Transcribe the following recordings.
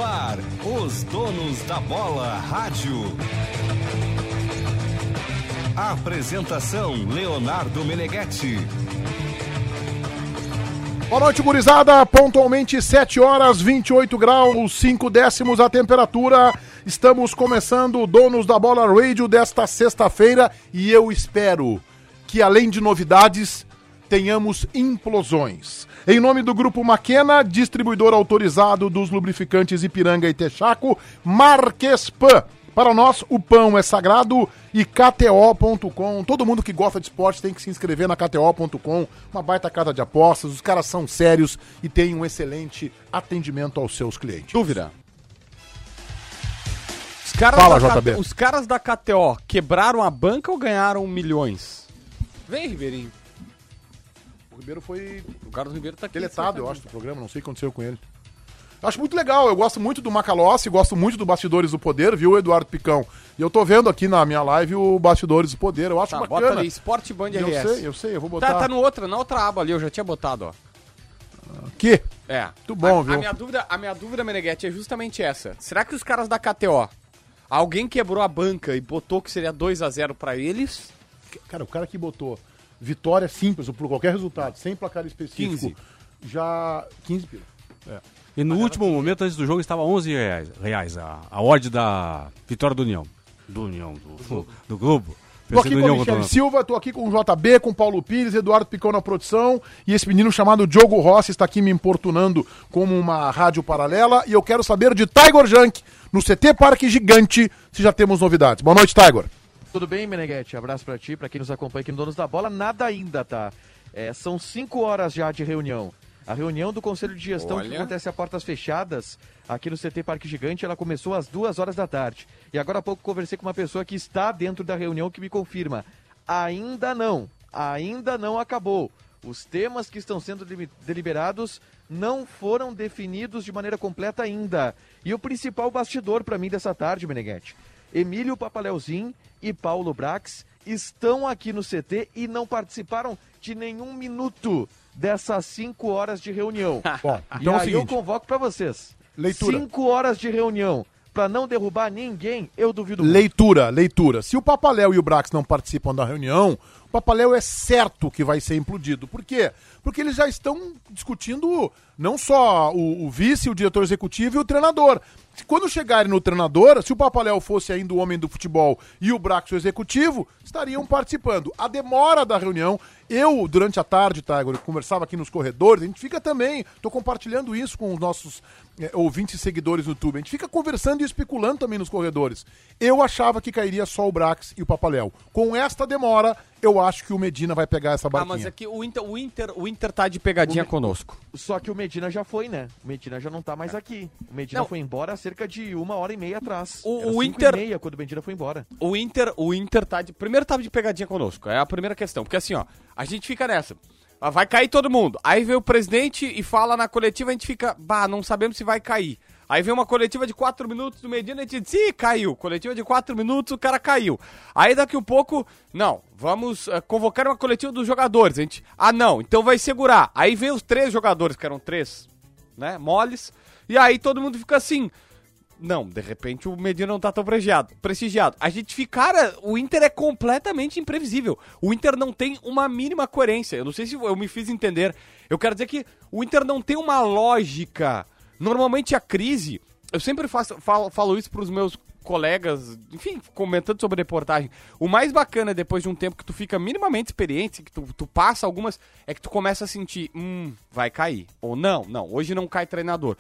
ar, os donos da bola rádio. Apresentação, Leonardo Meneghetti. Boa noite, gurizada. Pontualmente 7 horas, 28 graus, 5 décimos a temperatura. Estamos começando o Donos da Bola Radio desta sexta-feira e eu espero que, além de novidades, tenhamos implosões. Em nome do Grupo Maquena, distribuidor autorizado dos lubrificantes Ipiranga e Texaco, Marquespan. Para nós, o pão é sagrado e KTO.com. Todo mundo que gosta de esporte tem que se inscrever na KTO.com. Uma baita casa de apostas, os caras são sérios e têm um excelente atendimento aos seus clientes. Dúvida. Fala, JB. Os caras da KTO quebraram a banca ou ganharam milhões? Vem, Ribeirinho. O Ribeiro foi O Carlos Ribeiro tá aqui. deletado, eu acho, do programa. Não sei o que aconteceu com ele. Acho muito legal, eu gosto muito do Macalossi, gosto muito do Bastidores do Poder, viu, Eduardo Picão? E eu tô vendo aqui na minha live o Bastidores do Poder, eu acho Tá, bacana. bota ali, Sport Band RS. Eu sei, eu vou botar. Tá na outra aba ali, eu já tinha botado, ó. Aqui. É. Muito bom, viu? A minha dúvida, Meneghetti, é justamente essa. Será que os caras da KTO, alguém quebrou a banca e botou que seria 2-0 pra eles? Cara, o cara que botou vitória simples, ou por qualquer resultado, sem placar específico, 15. Já 15 pila. É. E no último momento, antes do jogo, estava R$11 a odd da vitória do União. Do Globo. Tô aqui com o Michele Silva, tô aqui com o JB, com o Paulo Pires, Eduardo Picão na produção, e esse menino chamado Diogo Rossi está aqui me importunando como uma rádio paralela, e eu quero saber de Tiger Junk, no CT Parque Gigante, se já temos novidades. Boa noite, Tiger. Tudo bem, Meneghetti? Abraço pra ti, pra quem nos acompanha aqui no Donos da Bola. Nada ainda, tá? São 5 horas já de reunião. A reunião do Conselho de Gestão, que acontece a portas fechadas aqui no CT Parque Gigante, ela começou às 2 horas da tarde. E agora há pouco conversei com uma pessoa que está dentro da reunião que me confirma. Ainda não acabou. Os temas que estão sendo deliberados não foram definidos de maneira completa ainda. E o principal bastidor para mim dessa tarde, Meneghetti, Emílio Papaleuzinho e Paulo Brax estão aqui no CT e não participaram de nenhum minuto dessas 5 horas de reunião. Bom, então e é o aí seguinte, eu convoco para vocês. leitura. 5 horas de reunião para não derrubar ninguém, eu duvido muito. Leitura. Se o Papaléu e o Brax não participam da reunião, o Papaléu é certo que vai ser implodido. Por quê? Porque eles já estão discutindo não só o vice, o diretor executivo e o treinador. Quando chegarem no treinador, se o Papaléu fosse ainda o homem do futebol e o Brax o executivo, estariam participando. A demora da reunião, eu, durante a tarde, Tiger, conversava aqui nos corredores, a gente fica também, tô compartilhando isso com os nossos ouvintes e seguidores no YouTube, a gente fica conversando e especulando também nos corredores. Eu achava que cairia só o Brax e o Papaléu. Com esta demora, eu acho que o Medina vai pegar essa barquinha. Mas é que o Inter tá de pegadinha conosco. Só que o Medina já foi, né? O Medina já não tá mais aqui. O Medina foi embora há cerca de 1h30 atrás. O Era Inter 5h30 quando o Medina foi embora. O Inter tá de... Primeiro tava de pegadinha conosco, é a primeira questão. Porque assim, ó, a gente fica nessa. Vai cair todo mundo. Aí vem o presidente e fala na coletiva, a gente fica... não sabemos se vai cair. Aí vem uma coletiva de 4 minutos do Medina e a gente diz, caiu. Coletiva de 4 minutos, o cara caiu. Aí daqui um pouco, não, vamos convocar uma coletiva dos jogadores. A gente, não, então vai segurar. Aí vem os 3 jogadores, que eram 3, né, moles. E aí todo mundo fica assim... Não, de repente o Medina não tá tão prestigiado. A gente fica, cara, o Inter é completamente imprevisível. O Inter não tem uma mínima coerência. Eu não sei se eu me fiz entender. Eu quero dizer que o Inter não tem uma lógica. Normalmente a crise, eu sempre falo isso pros meus colegas, enfim, comentando sobre reportagem. O mais bacana depois de um tempo que tu fica minimamente experiente, que tu passa algumas, é que tu começa a sentir, vai cair. Ou não, hoje não cai treinador.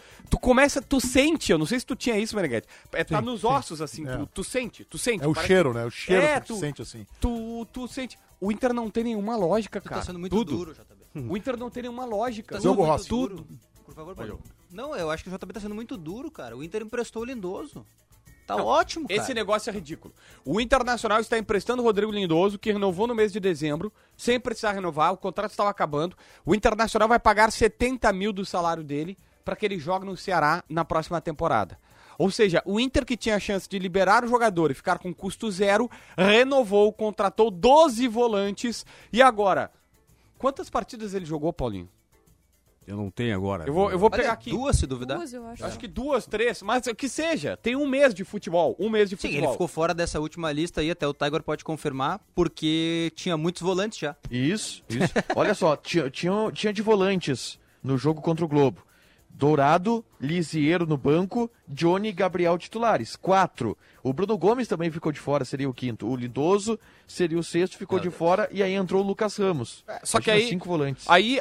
Tu sente, eu não sei se tu tinha isso, Meneghetti, tá nos ossos, assim, tu sente. É o cheiro, né? O cheiro que tu sente, assim. Tu sente. O Inter não tem nenhuma lógica, cara. Tá sendo muito duro, JB. O Inter não tem nenhuma lógica. Tá sendo Diogo muito Rossi. duro. Por favor, Paulo. Não, eu acho que o JB tá sendo muito duro, cara. O Inter emprestou o Lindoso. Tá ótimo, cara. Esse negócio é ridículo. O Internacional está emprestando o Rodrigo Lindoso, que renovou no mês de dezembro, sem precisar renovar, o contrato estava acabando. O Internacional vai pagar 70 mil do salário dele para que ele jogue no Ceará na próxima temporada. Ou seja, o Inter, que tinha a chance de liberar o jogador e ficar com custo zero, renovou, contratou 12 volantes e agora... Quantas partidas ele jogou, Paulinho? Eu não tenho agora. Eu vou pegar aqui. 2, se duvidar. 2, eu acho. Acho que 2, 3, mas que seja. Tem um mês de futebol. Sim, ele ficou fora dessa última lista aí, até o Tiger pode confirmar, porque tinha muitos volantes já. Isso. Olha só, tinha de volantes no jogo contra o Globo. Dourado, Lisiero no banco, Johnny e Gabriel titulares. 4. O Bruno Gomes também ficou de fora, seria o 5º. O Lindoso seria o 6º, ficou de fora. E aí entrou o Lucas Ramos. Só que aí, 5 volantes. Aí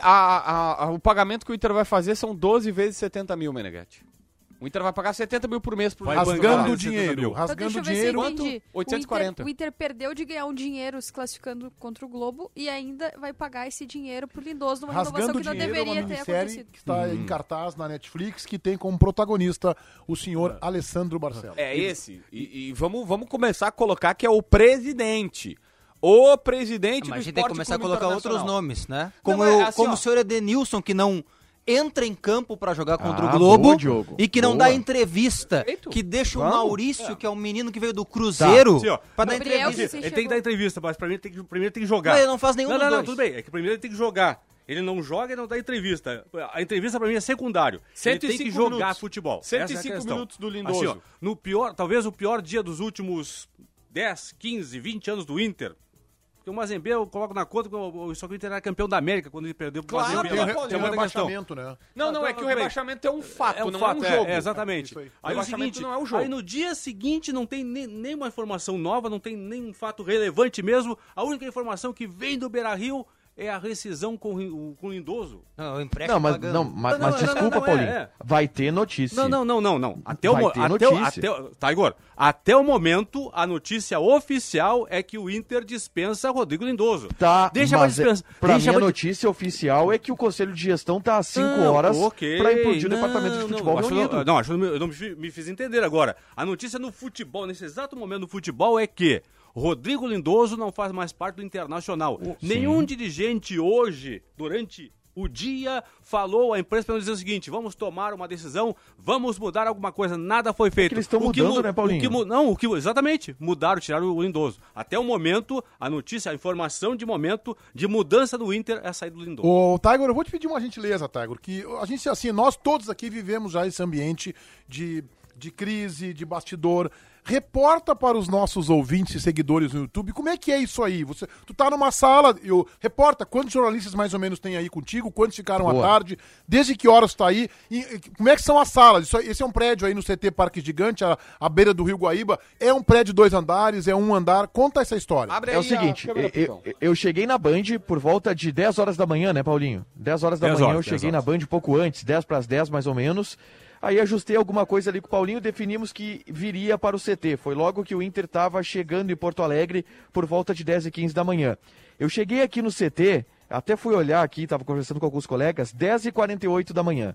o pagamento que o Inter vai fazer são 12 vezes 70 mil, Meneghetti. O Inter vai pagar 70 mil por mês. Rasgando dinheiro. Então, deixa eu ver se eu Quanto? entendi. 840. O Inter perdeu de ganhar um dinheiro se classificando contra o Globo e ainda vai pagar esse dinheiro pro Lindoso numa renovação Rasgando que não Dinheiro é deveria uma ter minissérie acontecido. que está em cartaz na Netflix, que tem como protagonista o senhor Alessandro Barcelos. É esse. E vamos começar a colocar que é o presidente. O presidente Mas a do gente tem que Esporte começar a Clube colocar outros Internacional. nomes, né? Não, Como, é assim, como ó. o senhor Edenilson, que não entra em campo pra jogar contra o boa, Globo Diogo. e que não Boa. dá entrevista, Perfeito. que deixa o Vamos. Maurício, que é um menino que veio do Cruzeiro, Sim, ó. pra dar Gabriel, entrevista. Você Ele tem chegou. que dar entrevista, mas primeiro tem que jogar. Mas ele não faz nenhum dos Não, dois. tudo bem. É que primeiro ele tem que jogar. Ele não joga e não dá entrevista. A entrevista pra mim é secundário. Ele tem que 105 jogar minutos. futebol. 105 Essa é a questão. minutos do Lindoso. Assim, ó, talvez o pior dia dos últimos 10, 15, 20 anos do Inter. Porque o Mazembe eu coloco na conta que só que o Inter era campeão da América quando ele perdeu pro Claro, Mazembe. tem lá. o Tem um outra questão. rebaixamento, né? Não, é que o rebaixamento é um fato, É um não fato, é um jogo. exatamente. Isso aí. O Aí o rebaixamento seguinte, não é o jogo. aí no dia seguinte não tem nenhuma informação nova, não tem nenhum fato relevante mesmo. A única informação que vem do Beira-Rio é a rescisão com o Lindoso. Não, o empréstimo Não, mas, pagando. não, mas, Não, mas não, desculpa, não, Paulinho. é. Vai ter notícia. Não. Vai ter notícia. Tá, Igor. Até o momento, a notícia oficial é que o Inter dispensa Rodrigo Lindoso. Tá, Deixa mas pra dispensar. pra deixa mim a pra- notícia oficial é que o Conselho de Gestão tá às 5 Não, horas ok. pra implodir o Não, Departamento de Futebol acho reunido. que eu não me fiz entender agora. A notícia no futebol, nesse exato momento no futebol, é que Rodrigo Lindoso não faz mais parte do Internacional. Nenhum dirigente hoje, durante o dia, falou à imprensa para dizer o seguinte: vamos tomar uma decisão, vamos mudar alguma coisa. Nada foi feito. que eles estão mudando, né, Paulinho? Exatamente, mudaram, tiraram o Lindoso. Até o momento, a notícia, a informação de momento de mudança do Inter é a saída do Lindoso. Ô, Tiger, eu vou te pedir uma gentileza, Tiger, que a gente, assim, nós todos aqui vivemos já esse ambiente de crise, de bastidor. Reporta para os nossos ouvintes e seguidores no YouTube como é que é isso aí. Tu tá numa sala, reporta quantos jornalistas mais ou menos tem aí contigo, quantos ficaram à Boa. tarde, desde que horas tu tá aí, e como é que são as salas? Esse é um prédio aí no CT Parque Gigante, à beira do Rio Guaíba, é um prédio de 2 andares, é um andar, conta essa história. Abre É o aí a seguinte, câmera, Picão. eu cheguei na Band por volta de 10 horas da manhã, né, Paulinho? 10 horas da 10 manhã horas, eu cheguei 10 na horas. Band um pouco antes, 10 para as 10 mais ou menos. Aí ajustei alguma coisa ali com o Paulinho, definimos que viria para o CT. Foi logo que o Inter estava chegando em Porto Alegre por volta de 10h15 da manhã. Eu cheguei aqui no CT, até fui olhar aqui, estava conversando com alguns colegas, 10h48 da manhã.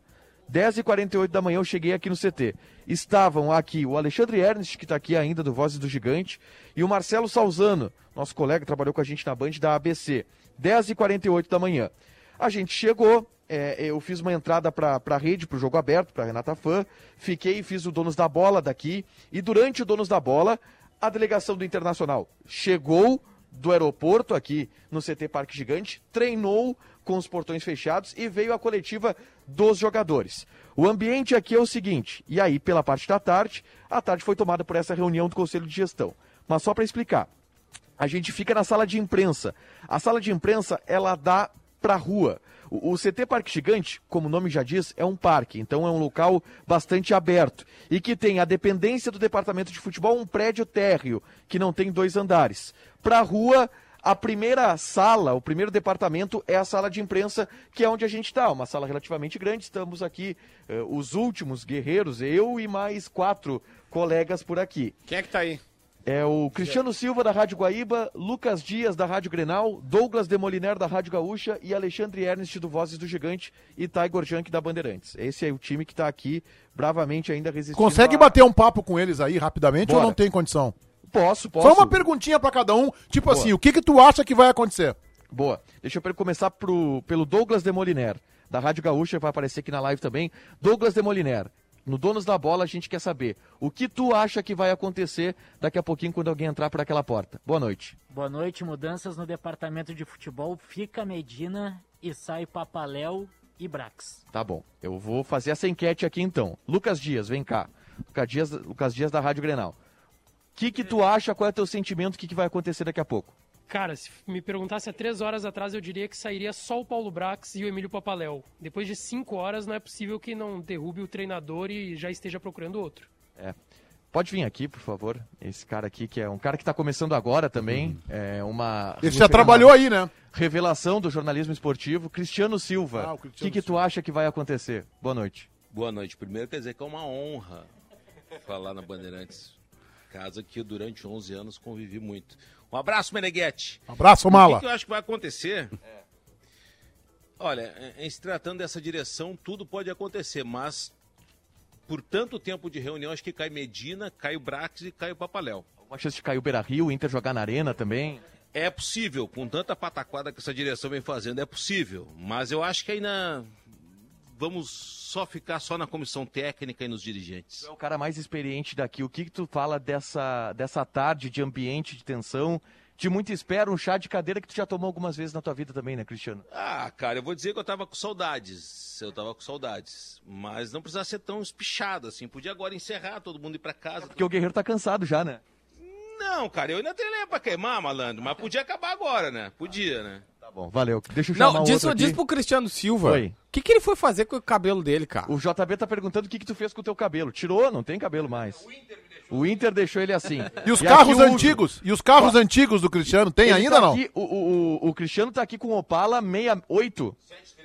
10h48 da manhã eu cheguei aqui no CT. Estavam aqui o Alexandre Ernst, que está aqui ainda do Vozes do Gigante, e o Marcelo Salzano, nosso colega que trabalhou com a gente na Band da ABC. 10h48 da manhã. A gente chegou, eu fiz uma entrada para a rede, para o Jogo Aberto, para Renata Fã, fiquei e fiz o Donos da Bola daqui, e durante o Donos da Bola, a delegação do Internacional chegou do aeroporto aqui no CT Parque Gigante, treinou com os portões fechados e veio a coletiva dos jogadores. O ambiente aqui é o seguinte, e aí pela parte da tarde, a tarde foi tomada por essa reunião do Conselho de Gestão. Mas só para explicar, a gente fica na sala de imprensa. A sala de imprensa, ela dá para a rua. O CT Parque Gigante, como o nome já diz, é um parque, então é um local bastante aberto e que tem a dependência do departamento de futebol, um prédio térreo que não tem 2 andares. Para a rua, a primeira sala, o primeiro departamento é a sala de imprensa, que é onde a gente está, uma sala relativamente grande. Estamos aqui, os últimos guerreiros, eu e mais 4 colegas por aqui. Quem é que tá aí? É o Cristiano Silva, da Rádio Guaíba, Lucas Dias, da Rádio Grenal, Douglas Demoliner, da Rádio Gaúcha e Alexandre Ernst, do Vozes do Gigante e Tiger Junk, da Bandeirantes. Esse é o time que está aqui, bravamente ainda resistindo. Consegue bater um papo com eles aí rapidamente Bora. ou não tem condição? Posso. Só uma perguntinha pra cada um, tipo Boa. assim, o que tu acha que vai acontecer? Boa. Deixa eu começar pelo Douglas Demoliner, da Rádio Gaúcha, vai aparecer aqui na live também. Douglas Demoliner. No Donos da Bola, a gente quer saber o que tu acha que vai acontecer daqui a pouquinho quando alguém entrar por aquela porta. Boa noite. Boa noite, mudanças no departamento de futebol. Fica Medina e sai Papaléu e Brax. Tá bom, eu vou fazer essa enquete aqui então. Lucas Dias, vem cá. Lucas Dias da Rádio Grenal. O que tu acha, qual é o teu sentimento, o que vai acontecer daqui a pouco? Cara, se me perguntasse há 3 horas atrás, eu diria que sairia só o Paulo Brax e o Emílio Papaléu. Depois de 5 horas, não é possível que não derrube o treinador e já esteja procurando outro. Pode vir aqui, por favor. Esse cara aqui, que é um cara que está começando agora também. É uma... Ele já trabalhou aí, né? Revelação do jornalismo esportivo. Cristiano Silva. O que tu acha que vai acontecer? Boa noite. Boa noite. Primeiro, quer dizer que é uma honra falar na Bandeirantes. Casa que durante 11 anos convivi muito. Um abraço, Meneghetti. Um abraço, Mala. O que eu acho que vai acontecer? Olha, em se tratando dessa direção, tudo pode acontecer, mas por tanto tempo de reunião, acho que cai Medina, cai o Brax e cai o Papaléu. Uma chance de cair o Beira-Rio, o Inter jogar na Arena também? É possível, com tanta pataquada que essa direção vem fazendo, é possível. Mas eu acho que ainda vamos só ficar só na comissão técnica e nos dirigentes. Tu é o cara mais experiente daqui. O que tu fala dessa tarde de ambiente de tensão, de muita espera, um chá de cadeira que tu já tomou algumas vezes na tua vida também, né, Cristiano? Ah, cara, eu vou dizer que eu tava com saudades. Mas não precisava ser tão espichado assim. Podia agora encerrar, todo mundo ir pra casa. Porque o Guerreiro tá cansado já, né? Não, cara, eu ainda tenho lenha pra queimar, malandro. Mas podia acabar agora, né? Podia, né? Tá bom, valeu. Deixa eu chamar outro aqui. Diz pro Cristiano Silva. Oi. O que ele foi fazer com o cabelo dele, cara? O JB tá perguntando o que tu fez com o teu cabelo. Tirou? Não tem cabelo mais. O Inter deixou ele assim. E os carros antigos? E os carros antigos do Cristiano? Tem ainda tá não? Aqui, o Cristiano tá aqui com o Opala 68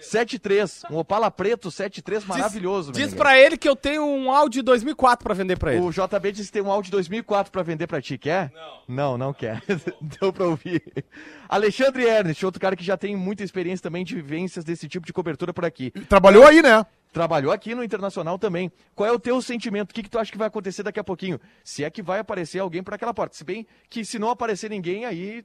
73. Um Opala preto 73 maravilhoso. Diz pra ele que eu tenho um Audi 2004 pra vender pra ele. O JB disse que tem um Audi 2004 pra vender pra ti. Quer? Não quer. Deu pra ouvir. Alexandre Ernest, outro cara que já tem muita experiência também de vivências desse tipo de cobertura por aqui. Trabalhou aí, né? Trabalhou aqui no Internacional também. Qual é o teu sentimento? O que tu acha que vai acontecer daqui a pouquinho? Se é que vai aparecer alguém por aquela porta. Se bem que se não aparecer ninguém, aí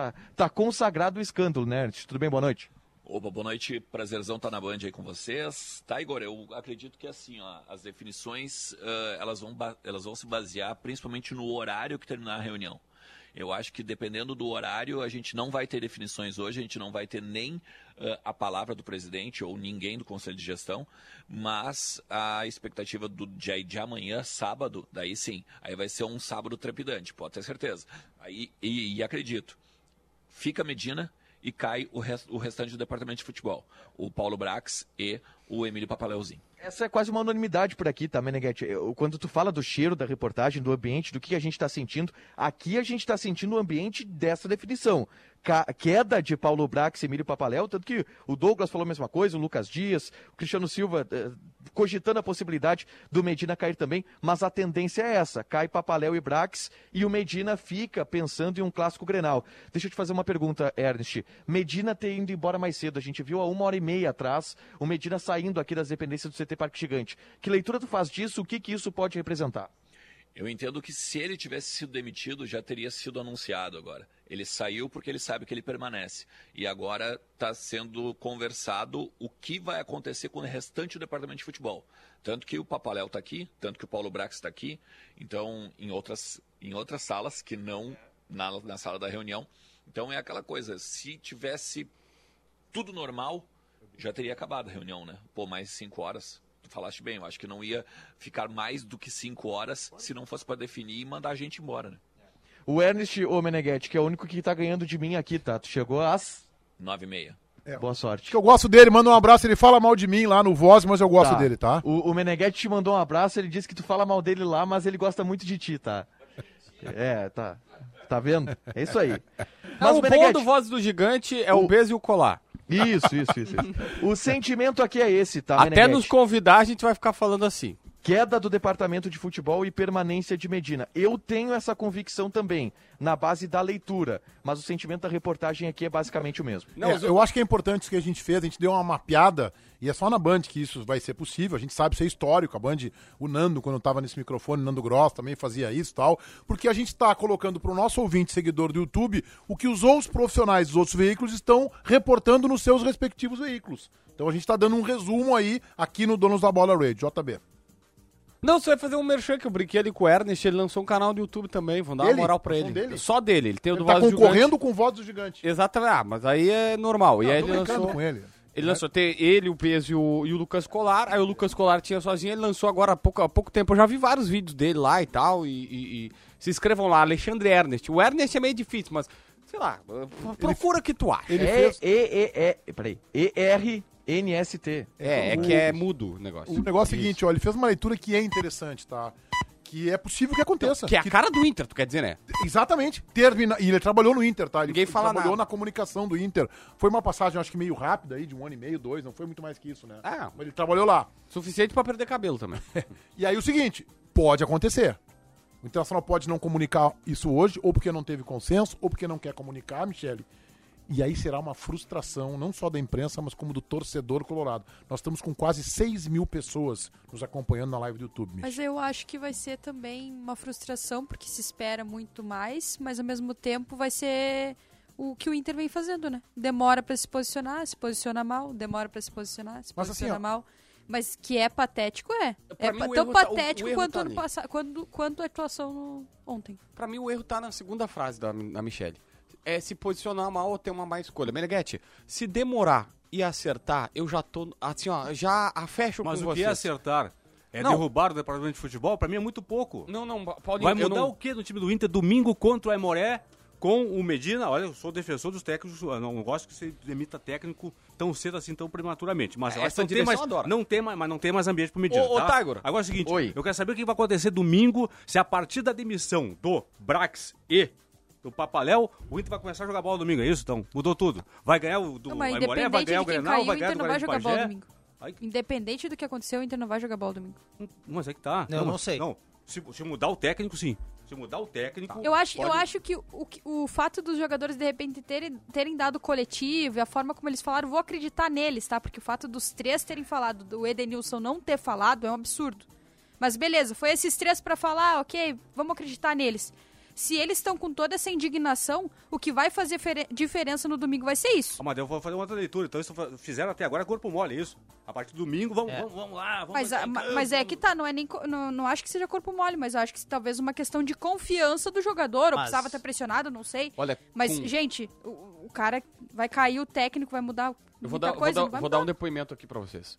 tá consagrado o escândalo, né, Ernest? Tudo bem? Boa noite. Opa, boa noite. Prazerzão estar na Band aí com vocês. Tá, Igor, eu acredito que assim, ó, as definições, elas vão se basear principalmente no horário que terminar a reunião. Eu acho que dependendo do horário, a gente não vai ter definições hoje, a gente não vai ter nem a palavra do presidente ou ninguém do Conselho de Gestão, mas a expectativa de amanhã, sábado, daí sim, aí vai ser um sábado trepidante, pode ter certeza. Aí, e acredito, fica Medina e cai o restante do departamento de futebol, o Paulo Brax e o Emílio Papaléuzinho. Essa é quase uma unanimidade por aqui, tá, Meneghetti? Quando tu fala do cheiro da reportagem, do ambiente, do que a gente está sentindo, aqui a gente está sentindo o ambiente dessa definição. Queda de Paulo Brax e Emílio Papaléu, tanto que o Douglas falou a mesma coisa, o Lucas Dias, o Cristiano Silva cogitando a possibilidade do Medina cair também, mas a tendência é essa, cai Papaléu e Brax e o Medina fica pensando em um clássico Grenal. Deixa eu te fazer uma pergunta, Ernest. Medina ter ido embora mais cedo, a gente viu há 1h30 atrás o Medina saindo aqui das dependências do CT Parque Gigante. Que leitura tu faz disso? O que isso pode representar? Eu entendo que se ele tivesse sido demitido, já teria sido anunciado agora. Ele saiu porque ele sabe que ele permanece. E agora está sendo conversado o que vai acontecer com o restante do departamento de futebol. Tanto que o Papaléu está aqui, tanto que o Paulo Brax está aqui. Então, em outras salas, que não na sala da reunião. Então, é aquela coisa, se tivesse tudo normal, já teria acabado a reunião, né? Pô, mais 5 horas. Tu falaste bem, eu acho que não ia ficar mais do que 5 horas se não fosse para definir e mandar a gente embora, né? O Ernest Meneghetti, que é o único que tá ganhando de mim aqui, tá? Tu chegou às 9h30. Boa sorte. Que eu gosto dele, manda um abraço, ele fala mal de mim lá no Voz, mas eu gosto dele, tá? O Meneghetti te mandou um abraço, ele disse que tu fala mal dele lá, mas ele gosta muito de ti, tá? Tá. Tá vendo? É isso aí. Mas o bom do Voz do Gigante é o beijo e o colar. Isso. O sentimento aqui é esse, tá, Até Meneghetti? nos convidar a gente vai ficar falando assim. Queda do departamento de futebol e permanência de Medina. Eu tenho essa convicção também, na base da leitura, mas o sentimento da reportagem aqui é basicamente o mesmo. Eu acho que é importante isso que a gente fez, a gente deu uma mapeada, e é só na Band que isso vai ser possível, a gente sabe ser histórico, a Band, o Nando, quando estava nesse microfone, o Nando Gross também fazia isso e tal, porque a gente está colocando para o nosso ouvinte, seguidor do YouTube, o que os outros profissionais dos outros veículos estão reportando nos seus respectivos veículos. Então a gente está dando um resumo aí, aqui no Donos da Bola Radio, JB. Não, você vai fazer um merchan que eu brinquei ali com o Ernest, ele lançou um canal no YouTube também, vamos dar uma moral pra ele. Dele? Só dele, ele tem o do Ele tá Voz do concorrendo Gigante. com o Voz do Gigante. Exatamente, mas aí é normal. Não, e aí tô ele brincando lançou... com ele. Ele lançou ele, o Peso e o Lucas Colar. Aí o Lucas Colar tinha sozinho, ele lançou agora há pouco tempo. Eu já vi vários vídeos dele lá e tal. E se inscrevam lá, Alexandre Ernest. O Ernest é meio difícil, mas, sei lá, procura o que tu acha. Ele fez... Peraí, ERNST. É que é mudo o negócio. O negócio é o seguinte, ó, ele fez uma leitura que é interessante, tá? Que é possível que aconteça. Que é a cara do Inter, tu quer dizer, né? Exatamente. E ele trabalhou no Inter, tá? Ele Ninguém fala trabalhou nada. na comunicação do Inter. Foi uma passagem, acho que meio rápida aí, de 1 ano e meio, 2, não foi muito mais que isso, né? Ah. Mas ele trabalhou lá. Suficiente pra perder cabelo também. E aí o seguinte, pode acontecer. O Internacional pode não comunicar isso hoje, ou porque não teve consenso, ou porque não quer comunicar, Michele. E aí será uma frustração, não só da imprensa, mas como do torcedor colorado. Nós estamos com quase 6 mil pessoas nos acompanhando na live do YouTube, Michele. Mas eu acho que vai ser também uma frustração, porque se espera muito mais, mas ao mesmo tempo vai ser o que o Inter vem fazendo, né? Demora pra se posiciona mal, demora pra se posicionar, se Mas posiciona assim, ó, mal. Mas que é patético, é. Pra É mim, o tão erro tá- patético o erro quanto tá ano ali. passado, quanto a atuação ontem. Pra mim, o erro tá na segunda frase da Michele. É se posicionar mal ou ter uma má escolha. Meneghete, se demorar e acertar, eu já tô, assim, ó, já fecho Mas com o vocês. que é acertar? É Não. derrubar o departamento de futebol? Pra mim é muito pouco. Não, Paulinho, Vai mudar o que no time do Inter domingo contra o Aimoré com o Medina? Olha, eu sou defensor dos técnicos, eu não gosto que você demita técnico tão cedo assim, tão prematuramente. Mas eu acho que Essa direção adora. não tem mais ambiente pro Medina, Ô, tá? Taigor. Agora é o seguinte, Oi. eu quero saber o que vai acontecer domingo se a partir da demissão do Brax e do Papaléu, o Inter vai começar a jogar bola domingo, é isso? Então, mudou tudo. Vai ganhar o do Não, mas Aimoré, vai independente ganhar de o quem Grenal, cair, o vai ganhar Inter do não vai jogar bola Bagé. domingo. Ai, Independente do que aconteceu, o Inter não vai jogar bola domingo. mas é que tá. Não, não sei. Não, se mudar o técnico, sim. Se mudar o técnico... Eu acho pode- que o fato dos jogadores, de repente, terem dado coletivo e a forma como eles falaram, vou acreditar neles, tá? Porque o fato dos 3 terem falado, do Edenilson não ter falado, é um absurdo. Mas beleza, foi esses 3 pra falar, ok, vamos acreditar neles. Se eles estão com toda essa indignação, o que vai fazer diferença no domingo vai ser isso. Ah, mas eu vou fazer uma outra leitura. Então, isso fizeram até agora corpo mole, é isso. A partir do domingo, vamos lá, vamos Mas é que tá, não é nem não acho que seja corpo mole, mas eu acho que talvez uma questão de confiança do jogador, ou precisava estar pressionado, não sei. Olha, Mas, gente, o cara vai cair, o técnico vai mudar Eu muita coisa, não vai vou dar um mudar. depoimento aqui pra vocês.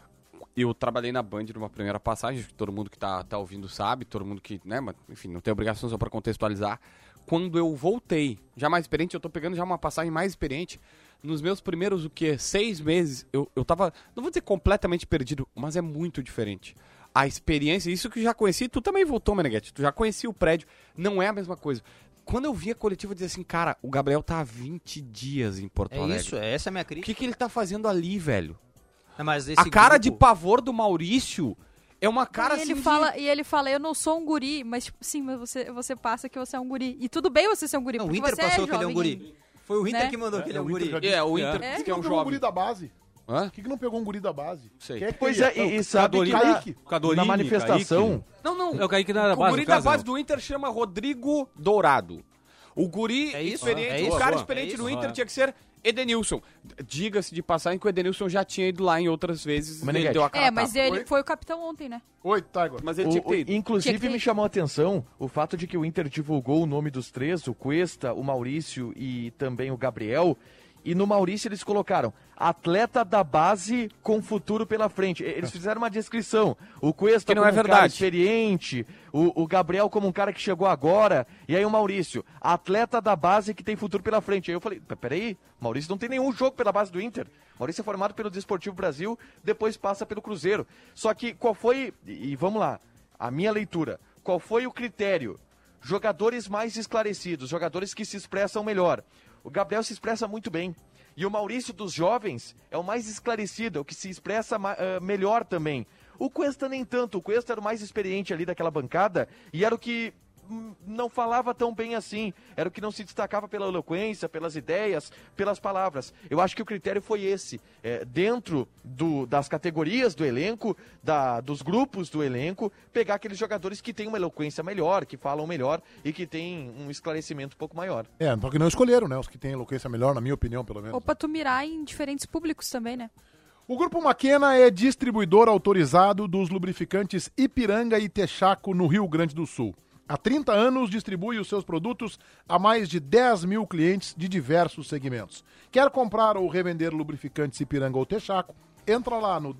Eu trabalhei na Band numa primeira passagem, acho que todo mundo que tá ouvindo sabe, todo mundo que, né, mas, enfim, não tem obrigação só pra contextualizar. Quando eu voltei, já mais experiente, eu tô pegando já uma passagem mais experiente, nos meus primeiros, 6 meses, eu tava, não vou dizer completamente perdido, mas é muito diferente. A experiência, isso que eu já conheci, tu também voltou, Meneghete, tu já conhecia o prédio, não é a mesma coisa. Quando eu vi a coletiva, eu dizia assim, cara, o Gabriel tá há 20 dias em Porto Alegre. É isso, essa é a minha O crítica. que ele tá fazendo ali, velho? Mas A cara de pavor do Maurício é uma cara e assim ele fala, eu não sou um guri, mas tipo, sim, mas você passa que você é um guri. E tudo bem você ser um guri, Não, o porque Inter você passou é que ele é um jovem guri. ainda. Foi o Inter Né? que mandou que ele é um o Inter guri. já disse. o Inter É? diz Por que é um não pegou um guri jovem. da base? Hã? Por que não pegou um guri da base? Sei. Quem é que Pois queria? é, e sabe que Caíque. na manifestação... Não. É o Kaique da O base, guri no da caso, base né? do Inter chama Rodrigo Dourado. O guri É isso, experiente, é o isso, cara boa, experiente é do isso. Inter tinha que ser Edenilson. Diga-se de passagem que o Edenilson já tinha ido lá em outras vezes. Meneghete. Ele deu a cara a Mas tapa. ele foi o capitão ontem, né? Oi, Tiger. Mas ele tinha que ter ido. Inclusive Tinha que ter me ido. chamou a atenção o fato de que o Inter divulgou o nome dos 3, o Cuesta, o Maurício e também o Gabriel. E no Maurício eles colocaram atleta da base com futuro pela frente. Eles fizeram uma descrição. O Cuesta Que não como é um cara verdade. experiente, o Gabriel como um cara que chegou agora, e aí o Maurício, atleta da base que tem futuro pela frente. Aí eu falei, peraí, Maurício não tem nenhum jogo pela base do Inter. Maurício é formado pelo Desportivo Brasil, depois passa pelo Cruzeiro. Só que qual foi, e vamos lá, a minha leitura, qual foi o critério? Jogadores mais esclarecidos, jogadores que se expressam melhor. O Gabriel se expressa muito bem. E o Maurício dos jovens é o mais esclarecido, é o que se expressa melhor também. O Cuesta nem tanto, o Cuesta era o mais experiente ali daquela bancada e era o que não falava tão bem assim, era o que não se destacava pela eloquência, pelas ideias, pelas palavras. Eu acho que o critério foi esse, dentro das categorias do elenco, dos grupos do elenco, pegar aqueles jogadores que têm uma eloquência melhor, que falam melhor e que têm um esclarecimento um pouco maior. Só que não escolheram, né? Os que têm eloquência melhor, na minha opinião, pelo menos. Ou pra tu mirar em diferentes públicos também, né? O Grupo Maquena é distribuidor autorizado dos lubrificantes Ipiranga e Texaco no Rio Grande do Sul. Há 30 anos distribui os seus produtos a mais de 10 mil clientes de diversos segmentos. Quer comprar ou revender lubrificantes Ipiranga ou Texaco? Entra lá no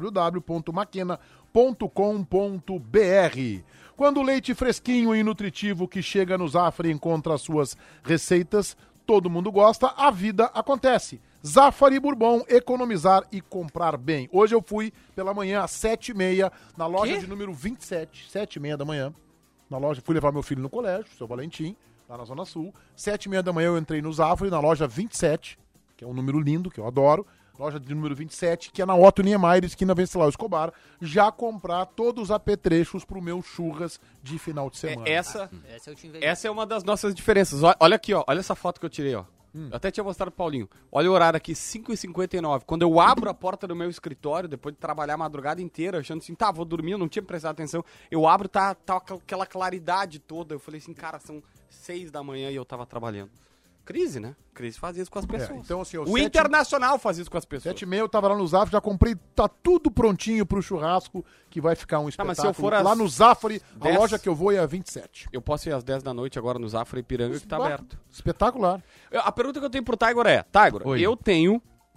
www.maquena.com.br. Quando o leite fresquinho e nutritivo que chega no Zafari encontra as suas receitas, todo mundo gosta, a vida acontece. Zafari Bourbon, economizar e comprar bem. Hoje eu fui pela manhã às 7h30 na loja de número 27, 7h30 da manhã. Na loja, fui levar meu filho no colégio, seu Valentim, lá na Zona Sul. 7h30 da manhã eu entrei no Zafari, na loja 27, que é um número lindo, que eu adoro. Loja de número 27, que é na Otto Niemeyer, esquina Venceslau Escobar. Já comprar todos os apetrechos pro meu churras de final de semana. Essa é uma das nossas diferenças. Olha aqui, ó. Olha essa foto que eu tirei, ó. Eu até tinha mostrado pro Paulinho. Olha o horário aqui, 5h59. Quando eu abro a porta do meu escritório, depois de trabalhar a madrugada inteira, achando assim, vou dormir, eu não tinha prestado atenção. Eu abro, tá aquela claridade toda. Eu falei assim, cara, são 6 da manhã e eu tava trabalhando. Crise, né? Crise faz isso com as pessoas. Então, assim, o Internacional faz isso com as pessoas. 7h30 eu tava lá no Zafari, já comprei, tá tudo prontinho pro churrasco, que vai ficar um espetáculo. Mas se eu for lá no Zafari, a loja que eu vou é a 27. Eu posso ir às 10 da noite agora no Zafari Ipiranga, que tá aberto. Espetacular. A pergunta que eu tenho pro Taigor é, eu tenho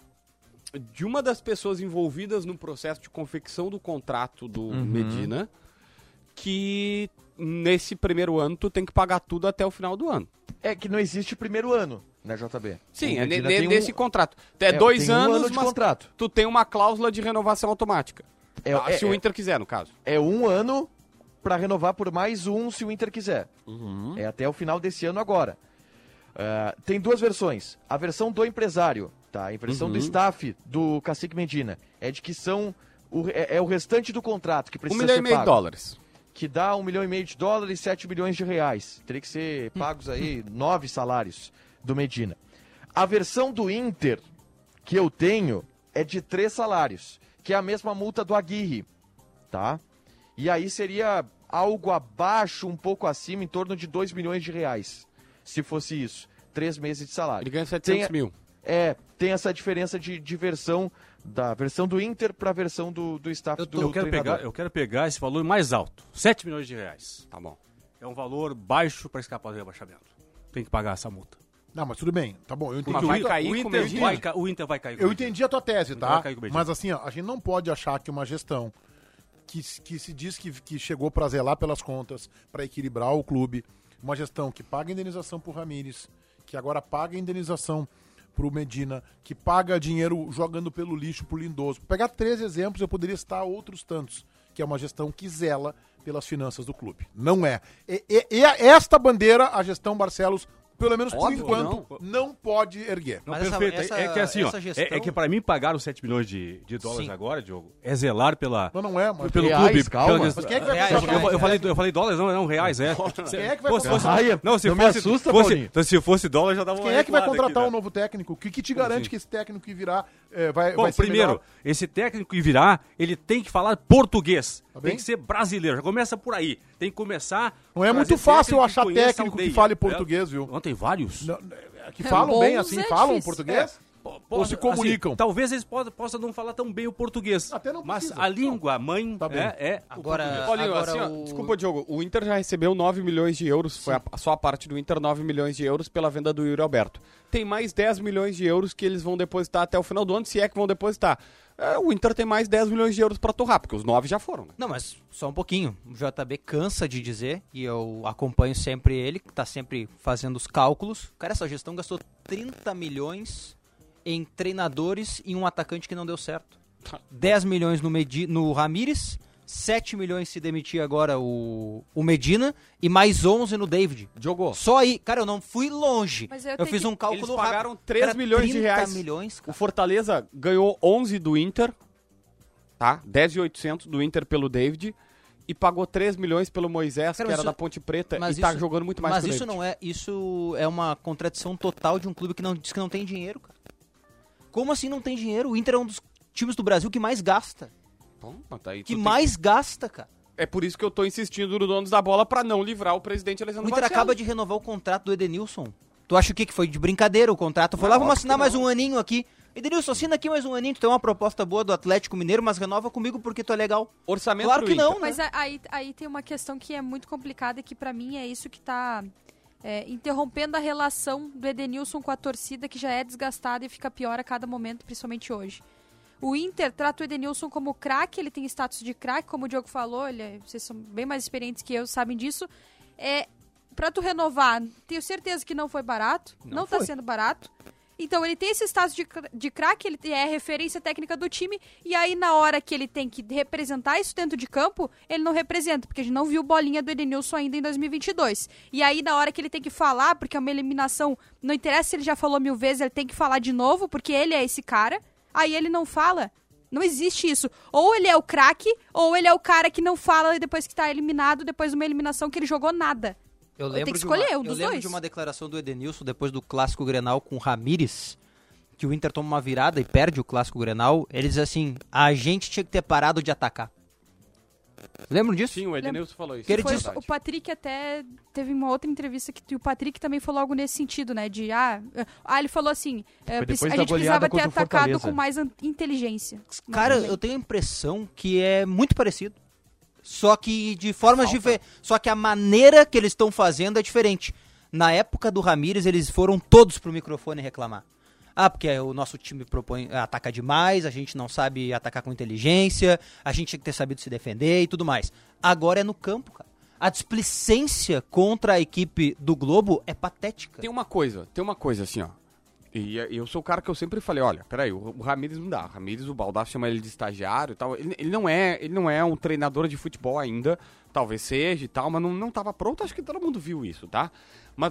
de uma das pessoas envolvidas no processo de confecção do contrato do Medina, que nesse primeiro ano tu tem que pagar tudo até o final do ano. É que não existe primeiro ano, né, JB? Sim, é nesse contrato. É 2 anos, ano de mas contrato. Tu tem uma cláusula de renovação automática. Se o Inter quiser, no caso. É 1 ano pra renovar por mais um se o Inter quiser. É até o final desse ano agora. Tem 2 versões. A versão do empresário, tá? A versão do staff do Cacique Medina. É de que são o restante do contrato que precisa ser pago. $1,5 milhão. Que dá $1,5 milhão, $7 milhões. Teria que ser pagos aí 9 salários do Medina. A versão do Inter que eu tenho é de 3 salários, que é a mesma multa do Aguirre, tá? E aí seria algo abaixo, um pouco acima, em torno de $2 milhões, se fosse isso. 3 meses de salário. Ele ganha 700 mil. Tem essa diferença de versão, da versão do Inter para a versão do staff do treinador. Eu quero pegar esse valor mais alto, $7 milhões. Tá bom. É um valor baixo para escapar do rebaixamento. Tem que pagar essa multa. Não, mas tudo bem, tá bom, eu entendi. Mas vai cair o Inter vai cair. Eu entendi a tua tese, tá? Mas assim, ó, a gente não pode achar que uma gestão que se diz que chegou para zelar pelas contas, para equilibrar o clube, uma gestão que paga indenização pro Ramires, que agora paga indenização pro Medina, que paga dinheiro jogando pelo lixo pro Lindoso. Vou pegar 3 exemplos, eu poderia citar outros tantos, que é uma gestão que zela pelas finanças do clube. Não é. Esta bandeira, a gestão Barcelos, pelo menos por enquanto, não pode erguer. Não, perfeito. É que assim, ó, gestão... é que pra mim pagaram $7 milhões de dólares agora, Diogo. É zelar pela... Não é, mas... Pelo reais, clube. calma. Mas quem é que vai contratar? Eu falei dólares, não reais, é. Quem é que vai contratar? Me assusta, Paulinho. Então, se fosse dólar, já dava uma Quem é que vai recuada contratar aqui, um novo técnico? O que te garante que esse técnico que virá vai Bom, ser primeiro, melhor? esse técnico que virá, ele tem que falar português. Tá Tem bem? que ser brasileiro. Já começa por aí. Tem que começar... Não é muito fácil achar técnico que fale português, viu? Não, tem vários. Que falam bem assim, falam difícil. português? Ou se comunicam? Assim, talvez eles possam não falar tão bem o português. Até não mas precisa. a língua mãe Tá bem. é Agora, Olha, assim, ó, desculpa, Diogo, o Inter já recebeu 9 milhões de euros, foi só a parte do Inter, 9 milhões de euros pela venda do Yuri Alberto. Tem mais 10 milhões de euros que eles vão depositar até o final do ano, se é que vão depositar. O Inter tem mais 10 milhões de euros pra torrar, porque os 9 já foram, né? Não, mas só um pouquinho. O JB cansa de dizer, e eu acompanho sempre ele, que tá sempre fazendo os cálculos. Cara, essa gestão gastou 30 milhões em treinadores e um atacante que não deu certo. 10 milhões no Ramires, 7 milhões se demitir agora o Medina e mais 11 no David. Jogou. Só aí, cara, eu não fui longe. Mas Eu fiz um cálculo Eles pagaram rápido. 3 Cara, milhões de 30 reais. milhões, O cara. Fortaleza ganhou 11 do Inter, tá? 10.800 do Inter pelo David e pagou 3 milhões pelo Moisés, Cara, que era isso- da Ponte Preta, mas e tá isso- jogando muito mais Mas que o isso David. isso é uma contradição total de um clube que diz que não tem dinheiro, cara. Como assim não tem dinheiro? O Inter é um dos times do Brasil que mais gasta. Bom, mas tá aí, tu Que tem- mais gasta, cara. É por isso que eu tô insistindo no Donos da Bola pra não livrar o presidente O Alessandro Inter Barcelos. acaba de renovar o contrato do Edenilson. Tu acha o quê? Que foi de brincadeira o contrato? Foi lá, vamos assinar mais um aninho aqui. Edenilson, assina aqui mais um aninho, tu tem uma proposta boa do Atlético Mineiro, mas renova comigo porque tu é legal. Orçamento Claro pro que não, Inter. Mas aí tem uma questão que é muito complicada e que pra mim é isso que tá interrompendo a relação do Edenilson com a torcida, que já é desgastada e fica pior a cada momento, principalmente hoje. O Inter trata o Edenilson como craque, ele tem status de craque, como o Diogo falou, vocês são bem mais experientes que eu, sabem disso. Pra tu renovar, tenho certeza que não foi barato, não tá sendo barato. Então ele tem esse status de craque, ele é referência técnica do time, e aí na hora que ele tem que representar isso dentro de campo, ele não representa, porque a gente não viu bolinha do Edenilson ainda em 2022. E aí na hora que ele tem que falar, porque é uma eliminação, não interessa se ele já falou 1000 vezes, ele tem que falar de novo, porque ele é esse cara, aí ele não fala. Não existe isso. Ou ele é o craque, ou ele é o cara que não fala depois que tá eliminado, depois de uma eliminação que ele jogou nada. Eu lembro que escolher um dos lembro dois. de uma declaração do Edenilson depois do Clássico Grenal com o Ramírez, que o Inter toma uma virada e perde o Clássico Grenal. Ele diz assim, a gente tinha que ter parado de atacar. Lembram disso? Sim, o Edenilson falou isso. Que ele Foi disse- o Patrick até teve uma outra entrevista que o Patrick também falou algo nesse sentido, né? Ele falou assim, Foi depois a da gente goleada precisava ter contra o atacado Fortaleza. com mais inteligência. Mas Cara, tudo bem. eu tenho a impressão que é muito parecido. Só que de formas diferentes. Só que a maneira que eles estão fazendo é diferente. Na época do Ramírez, eles foram todos pro microfone reclamar. Porque o nosso time ataca demais, a gente não sabe atacar com inteligência, a gente tinha que ter sabido se defender e tudo mais. Agora é no campo, cara. A displicência contra a equipe do Globo é patética. Tem uma coisa assim, ó. E eu sou o cara que eu sempre falei, olha, peraí, o Ramírez não dá. O Ramírez, o Baldassi chama ele de estagiário e tal. Ele não é um treinador de futebol ainda, talvez seja e tal, mas não tava pronto, acho que todo mundo viu isso, tá? Mas,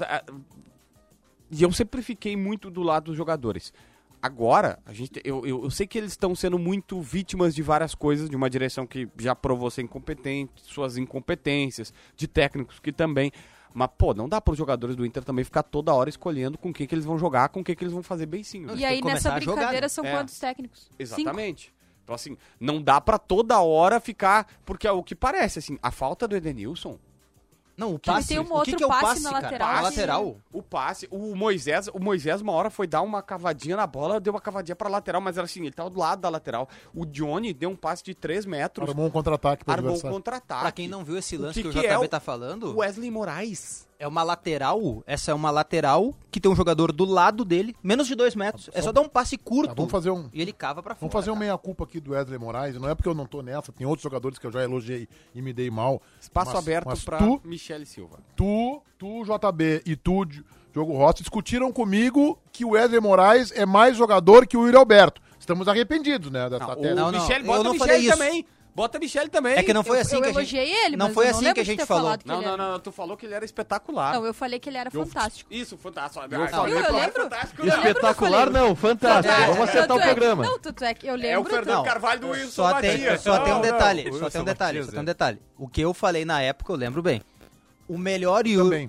e eu sempre fiquei muito do lado dos jogadores. Agora, eu sei que eles estão sendo muito vítimas de várias coisas, de uma direção que já provou ser incompetente, suas incompetências, de técnicos que também... Mas, não dá para os jogadores do Inter também ficar toda hora escolhendo com quem que eles vão jogar, com quem que eles vão fazer beicinho. Não, E tem aí que nessa começar a jogar, brincadeira né? são É. quantos técnicos? Exatamente. Então, assim, não dá pra toda hora ficar... Porque é o que parece, assim, a falta do Edenilson... Não, o passe. tem um O que outro que é o passe passe, na cara? lateral A que- lateral. O passe, o Moisés uma hora foi dar uma cavadinha na bola, deu uma cavadinha pra lateral, mas era assim, ele tava do lado da lateral. O Johnny deu um passe de 3 metros, Armou um contra-ataque pro armou um adversário. contra-ataque. Pra quem não viu esse lance que o que JB é o- tá falando, Wesley Moraes. é uma lateral, essa é uma lateral que tem um jogador do lado dele, menos de 2 metros. É só dar um passe curto Tá, vamos fazer um... e ele cava pra fora. Vamos fazer um cara. meia-culpa aqui do Wesley Moraes. Não é porque eu não tô nessa, tem outros jogadores que eu já elogiei e me dei mal. Espaço Mas- aberto mas pra tu, Michele Silva. tu, JB e tu, Diogo Rossi, discutiram comigo que o Wesley Moraes é mais jogador que o Yuri Alberto. Estamos arrependidos, né? Dessa tese. não, Michele, eu bota não a falei Michele isso. também. Bota a Michele também. É que não foi assim eu que a gente... elogiei ele, não mas foi eu assim lembro que a de gente ter falou. falado que ele era- Não, tu falou que ele era espetacular. Não, eu falei que ele era fantástico. Isso, fantástico. Eu Ah, falei eu não é lembro. fantástico, Eu não. lembro que eu Espetacular falei. não, fantástico. Vamos acertar o Tanto é que- programa. Não, tanto é que eu É o lembro... Fernando Não. Carvalho do Wilson Só tem Matias. um Não, detalhe, não. só tem um Wilson detalhe, Matias, só tem um é. detalhe. O que eu falei na época, eu lembro bem. O melhor Também.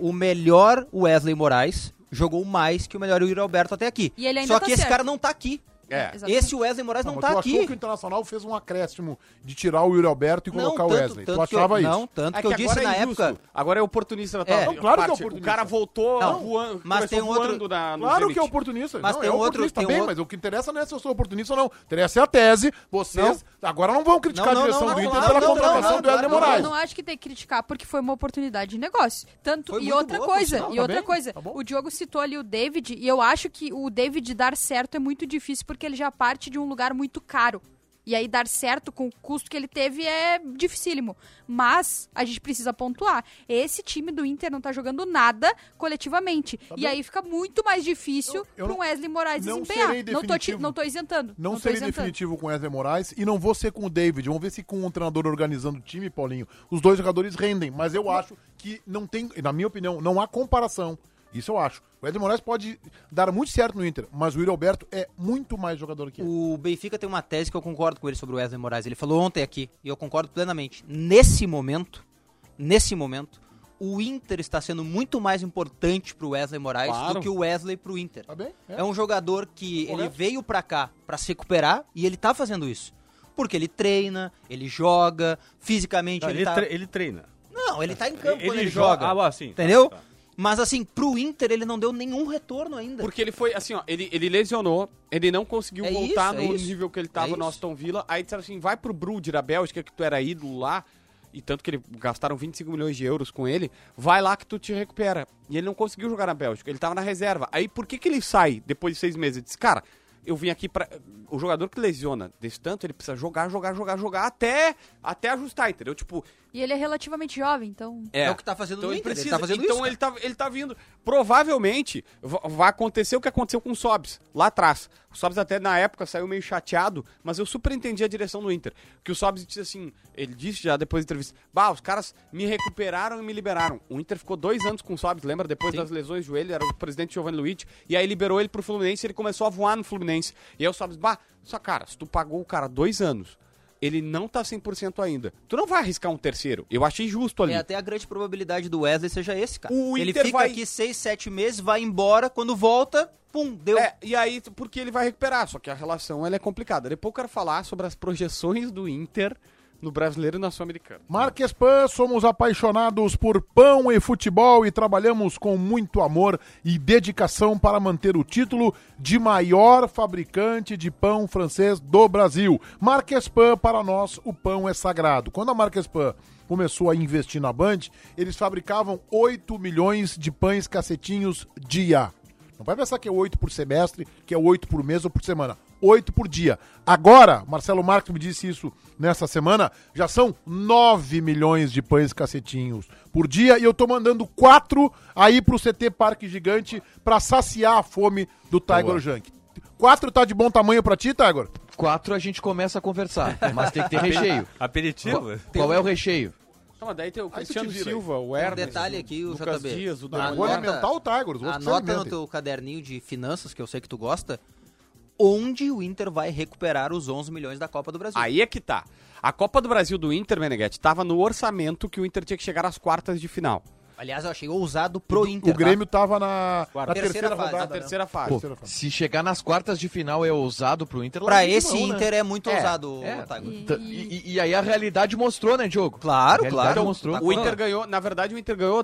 Wesley Moraes jogou mais que o melhor Yuri Alberto até aqui. E ele ainda Só tá que esse certo. cara não tá aqui. É. Exatamente. Esse Wesley Moraes não mas tá tu aqui. achou que o Internacional fez um acréscimo de tirar o Yuri Alberto e colocar o Wesley. Tu que eu, achava isso? Não, tanto É que eu disse agora na é injusto. época... Agora é oportunista da É. tua Não, claro que é parte. oportunista. O cara voltou Não, voando, mas começou tem um outro- voando no Claro Zenit. que é oportunista. Mas não, tem é um outro- oportunista tem um bem, outro- mas o que interessa não é se eu sou oportunista ou não. Interessa é a tese. Vocês agora não vão criticar Não, a direção não, do não, Inter não, pela não, contratação não, do Wesley não, Moraes. Eu não acho que tem que criticar, porque foi uma oportunidade de negócio. Tanto, Foi e muito outra boa, por coisa, sinal, e tá outra bem, coisa. tá bom. O Diogo citou ali o David, e eu acho que o David dar certo é muito difícil, porque ele já parte de um lugar muito caro. E aí dar certo com o custo que ele teve é dificílimo. Mas a gente precisa pontuar. Esse time do Inter não tá jogando nada coletivamente. E bem. aí fica muito mais difícil Eu pro Wesley Moraes não desempenhar. serei definitivo. Não tô isentando. Não tô serei isentando. definitivo com o Wesley Moraes e não vou ser com o David. Vamos ver se com o treinador organizando o time, Paulinho, os dois jogadores rendem. Mas eu acho que não tem, na minha opinião, não há comparação. Isso eu acho. O Wesley Moraes pode dar muito certo no Inter, mas o Yuri Alberto é muito mais jogador que ele. O Benfica tem uma tese que eu concordo com ele sobre o Wesley Moraes. Ele falou ontem aqui, e eu concordo plenamente. Nesse momento, o Inter está sendo muito mais importante pro Wesley Moraes Claro. do que o Wesley pro Inter. Tá bem? É um jogador que Correto. ele veio pra cá pra se recuperar e ele tá fazendo isso. Porque ele treina, ele joga, fisicamente Não, ele tá... ele treina. Não, ele tá em campo quando ele Ele joga. joga. Ah, sim. Entendeu? Tá. Mas assim, pro Inter ele não deu nenhum retorno ainda. Porque ele foi, assim, ó, ele lesionou, ele não conseguiu voltar no nível que ele tava no Aston Villa, aí disseram assim, vai pro Bruges da Bélgica, que tu era ídolo lá, e tanto que gastaram 25 milhões de euros com ele, vai lá que tu te recupera. E ele não conseguiu jogar na Bélgica, ele tava na reserva. Aí por que ele sai depois de 6 meses? Ele disse, cara, eu vim aqui pra... O jogador que lesiona desse tanto, ele precisa jogar até ajustar, entendeu? Tipo... E ele é relativamente jovem, então... É o que tá fazendo então no ele Inter, precisa. ele tá fazendo então isso, ele tá vindo. Provavelmente vai acontecer o que aconteceu com o Sobs, lá atrás. O Sobs até na época saiu meio chateado, mas eu super entendi a direção do Inter. Que o Sobs disse assim, ele disse já depois da entrevista, os caras me recuperaram e me liberaram. O Inter ficou 2 anos com o Sobs, lembra? Depois das lesões de joelho, era o presidente Giovanni Luiz, e aí liberou ele pro Fluminense e ele começou a voar no Fluminense. E aí o Sobs, só cara, se tu pagou o cara 2 anos, ele não tá 100% ainda. Tu não vai arriscar um terceiro. Eu achei justo ali. É até a grande probabilidade do Wesley seja esse, cara. Ele Inter fica aqui 6, 7 meses, vai embora, quando volta, pum, deu. E aí, porque ele vai recuperar, só que a relação ela é complicada. Depois eu quero falar sobre as projeções do Inter no Brasileiro e na Sul-Americana. Marques Pan, somos apaixonados por pão e futebol e trabalhamos com muito amor e dedicação para manter o título de maior fabricante de pão francês do Brasil. Marques Pan, para nós, o pão é sagrado. Quando a Marques Pan começou a investir na Band, eles fabricavam 8 milhões de pães cacetinhos dia. Não vai pensar que é 8 por semestre, que é 8 por mês ou por semana. 8 por dia. Agora, Marcelo Marques me disse isso nessa semana, já são 9 milhões de pães cacetinhos por dia e eu tô mandando 4 aí pro CT Parque Gigante pra saciar a fome do Tiger Junk. 4 tá de bom tamanho pra ti, Tiger? 4 a gente começa a conversar, mas tem que ter recheio. Aperitivo? Qual é o recheio? Não, daí tem o Cristiano Silva, o Hermes, um detalhe aqui, o Lucas JB. Dias, o Eu vou alimentar o Tiger, os outros Anota no teu caderninho de finanças, que eu sei que tu gosta, onde o Inter vai recuperar os 11 milhões da Copa do Brasil. Aí é que tá. A Copa do Brasil do Inter, Meneghetti, tava no orçamento que o Inter tinha que chegar às quartas de final. Aliás, eu achei ousado pro Inter. O Grêmio tava na terceira terceira fase, rodada. Na terceira fase. Pô, se chegar nas quartas de final é ousado pro Inter... Pra larga de esse mão, né? Inter é muito ousado, Tiger. E aí a realidade mostrou, né, Diogo? Claro, A realidade claro. mostrou. O Inter ganhou, na verdade, o Inter ganhou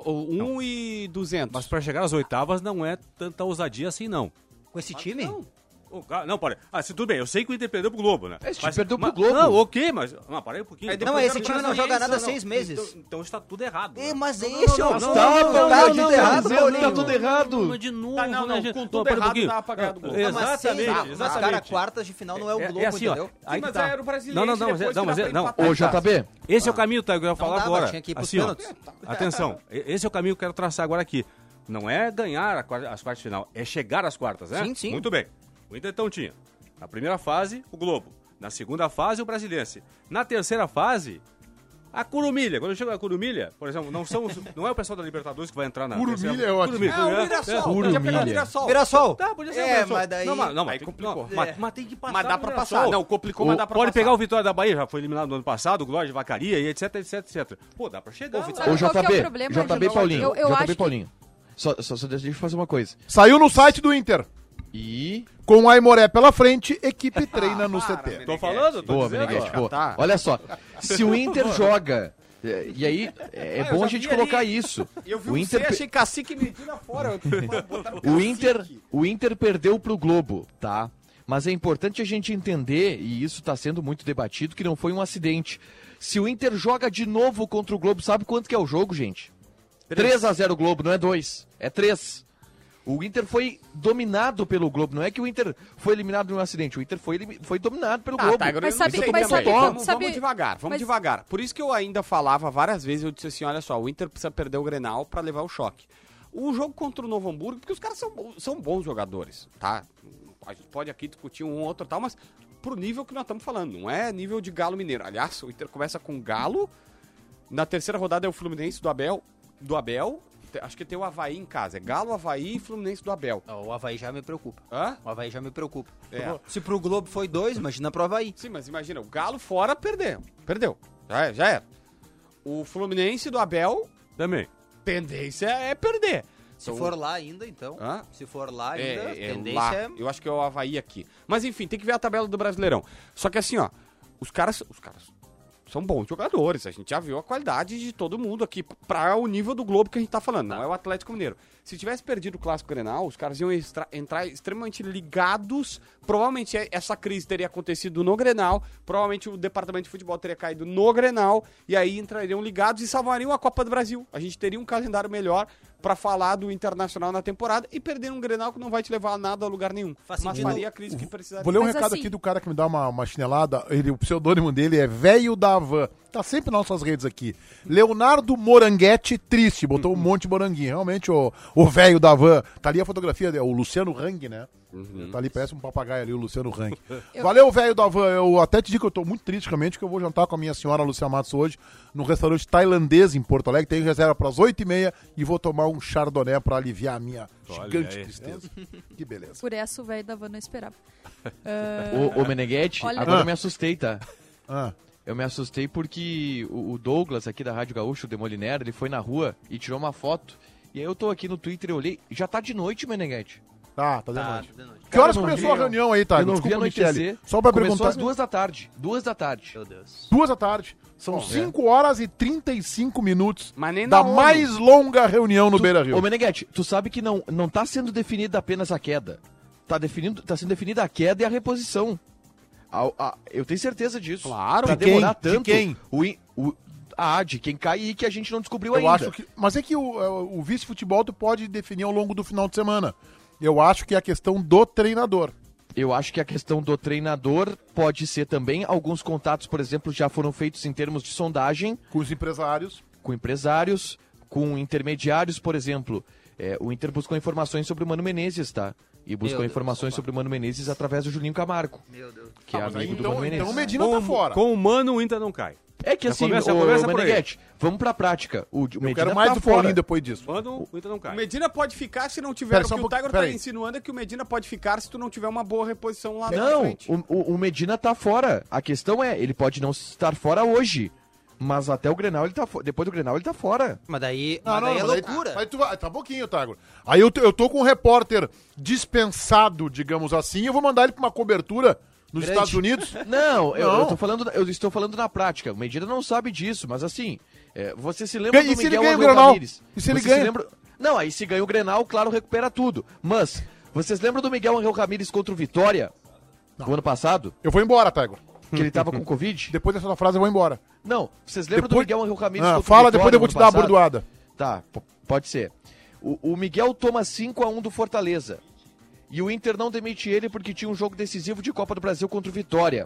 1,200. Mas pra chegar às oitavas não é tanta ousadia assim, não. Com esse time? Não, para. Se tudo bem, eu sei que o Inter perdeu pro Globo, né? Esse time perdeu pro Globo. Não, ok, mas... Não, para aí um pouquinho. Não, esse time não joga nada há 6 meses. Então está tudo errado. Mas esse é o... Tá tudo errado, Paulinho. tá tudo errado. Mas de novo, com tudo errado dá pra ganhar do Globo. Exatamente. Mas, cara, quartas de final não é o Globo, assim, ó, entendeu? aí mas tá. era o brasileiro. Ô, JB, Esse é o caminho, tá? Eu ia falar dava, agora. tinha que ir pros Assim, ó, pênaltis. atenção, esse é o caminho que eu quero traçar agora aqui. Não é ganhar as quartas de final, é chegar às quartas, né? Sim, sim. Muito bem. O Inter então tinha, na primeira fase, o Globo. Na segunda fase, o Brasiliense. Na terceira fase, a Curumilha. Quando chega a Curumilha, por exemplo, não é o pessoal da Libertadores que vai entrar na... Curumilha é ótimo. Mirassol. Tá, podia ser o É, Mirassol. mas daí... Não, Aí complicou. Mas tem que passar. Mas dá no pra Mirassol. passar. Não, complicou, mas dá pra Pode passar. pegar o Vitória da Bahia, já foi eliminado no ano passado, o Glória de Vacaria e etc. Pô, dá pra chegar. Sabe ô qual que é o JB, problema, JB João? Paulinho, Eu acho JB que- Paulinho. Só deixa eu fazer uma coisa. Saiu no site do Inter. E... Com a Aimoré pela frente, equipe treina no CT. Tô falando, tô Boa, dizendo. Meneghete, ó. boa. Tá. Olha só, se o Inter joga... E aí, é bom a gente colocar isso. Eu vi O o Inter, achei cacique Medina fora. o Inter perdeu pro Globo, tá? Mas é importante a gente entender, e isso está sendo muito debatido, que não foi um acidente. Se o Inter joga de novo contra o Globo, sabe quanto que é o jogo, gente? 3-0 Globo, não é 2, é 3. O Inter foi dominado pelo Globo, não é que o Inter foi eliminado num acidente, o Inter foi dominado pelo Globo. Mas sabe- Então, mas sabe- vamos sabe- devagar, vamos mas- devagar. Por isso que eu ainda falava várias vezes, eu disse assim, olha só, o Inter precisa perder o Grenal pra levar o choque. O jogo contra o Novo Hamburgo, porque os caras são bons jogadores, tá? A gente pode aqui discutir um ou outro e tal, mas pro nível que nós estamos falando, não é nível de Galo Mineiro. Aliás, o Inter começa com Galo, na terceira rodada é o Fluminense do Abel, acho que tem o Avaí em casa, é Galo, Avaí e Fluminense do Abel. O Avaí já me preocupa. Hã? O Avaí já me preocupa. É. Se pro Globo foi 2, imagina pro Avaí. Sim, mas imagina, o Galo fora perdeu. Já era. O Fluminense do Abel, Também. tendência é perder. Se for lá ainda, então. Hã? Se for lá ainda, tendência lá. é... Eu acho que é o Avaí aqui. Mas enfim, tem que ver a tabela do Brasileirão. Só que assim, ó, os caras são bons jogadores. A gente já viu a qualidade de todo mundo aqui para o nível do Globo que a gente tá falando. Não é o Atlético Mineiro. Se tivesse perdido o Clássico Grenal, os caras iam entrar extremamente ligados. Provavelmente essa crise teria acontecido no Grenal. Provavelmente o departamento de futebol teria caído no Grenal. E aí entrariam ligados e salvariam a Copa do Brasil. A gente teria um calendário melhor para falar do Internacional na temporada e perder um Grenal que não vai te levar a nada a lugar nenhum. Faz Mas sentido. faria a crise que precisaria. Vou ler um Mas recado assim- aqui do cara que me dá uma chinelada. O pseudônimo dele é Velho da Van. Tá sempre nas nossas redes aqui. Leonardo Moranguete Triste. Botou um monte de moranguinho. Realmente, o velho da Van. Tá ali a fotografia, o Luciano Hang, né? Tá ali, parece um papagaio ali, o Luciano Hang. Valeu, velho da Van. Eu até te digo que eu tô muito triste, realmente, que eu vou jantar com a minha senhora Lucia Matos hoje num restaurante tailandês em Porto Alegre. Tem reserva pras 8h30 e vou tomar um chardonnay pra aliviar a minha gigante aí. tristeza. Que beleza. Por essa o velho da van não esperava. Ô Meneghetti, Olha- agora eu me assustei, tá? Ah. Eu me assustei porque o Douglas aqui da Rádio Gaúcho, o Demoliner, ele foi na rua e tirou uma foto. E aí eu tô aqui no Twitter e olhei, já tá de noite, Meneghetti. Tá de noite. de noite. Que horas eu não começou a vi, reunião aí, tá? eu não vi Desculpa, anoitecer. Michele. Só pra Começou perguntar. às 2 da tarde. 2 da tarde. Meu Deus. 2 da tarde. São 5 horas e 35 minutos Mas nem da na ONU. mais longa reunião no Beira-Rio. Ô Meneghetti, tu sabe que não tá sendo definida apenas a queda. Tá sendo definida a queda e a reposição. Eu tenho certeza disso. Claro. Pra De quem? demorar De tanto. quem? De quem cai e que a gente não descobriu Eu ainda. acho que. Mas é que o vice-futebol tu pode definir ao longo do final de semana. Eu acho que é a questão do treinador. Eu acho que a questão do treinador pode ser também. Alguns contatos, por exemplo, já foram feitos em termos de sondagem Com os empresários. com empresários, com intermediários, por exemplo. O Inter buscou informações sobre o Mano Menezes, tá? E buscou Deus, informações sobre o Mano Menezes através do Julinho Camargo, Meu Deus. que é Mas aí, amigo do Mano Menezes. então o Medina tá fora. Com o Mano, o Inter não cai. É que Já assim, começa ô, por aí. Meneghetti, vamos pra prática. O Eu Medina quero mais tá do fora. Paulinho depois disso. Mano, o Inter não O cai. Medina pode ficar se não tiver. Pera, O só que um o Tiger pouquinho, tá peraí. insinuando é que o Medina pode ficar se tu não tiver uma boa reposição lá na Não, frente. o Medina tá fora. A questão é, ele pode não estar fora hoje, mas até o Grenal ele tá depois do Grenal ele tá fora. Mas daí, Não, mas daí é mas aí- loucura. Aí tu vai, tá pouquinho, Tago. Aí eu tô com um repórter dispensado, digamos assim, eu vou mandar ele pra uma cobertura nos Grande. Estados Unidos. Não, eu Não. eu estou falando na prática. O Medina não sabe disso, mas assim, você se lembra E do se ele Miguel ganha o Angel Grenal? Ramírez? E se ele Você ganha? lembra... Não, aí se ganha o Grenal, claro, recupera tudo. Mas, vocês lembram do Miguel Angel Ramírez contra o Vitória? Do ano passado? Eu vou embora, Tago. Que ele tava com Covid? Depois dessa tua frase eu vou embora. Não, vocês lembram do Depois- Miguel Angel Ramírez contra o Fala, Vitória depois eu vou no te ano dar a passado? bordoada. Tá, pode ser. O Miguel toma 5-1 do Fortaleza. E o Inter não demite ele porque tinha um jogo decisivo de Copa do Brasil contra o Vitória.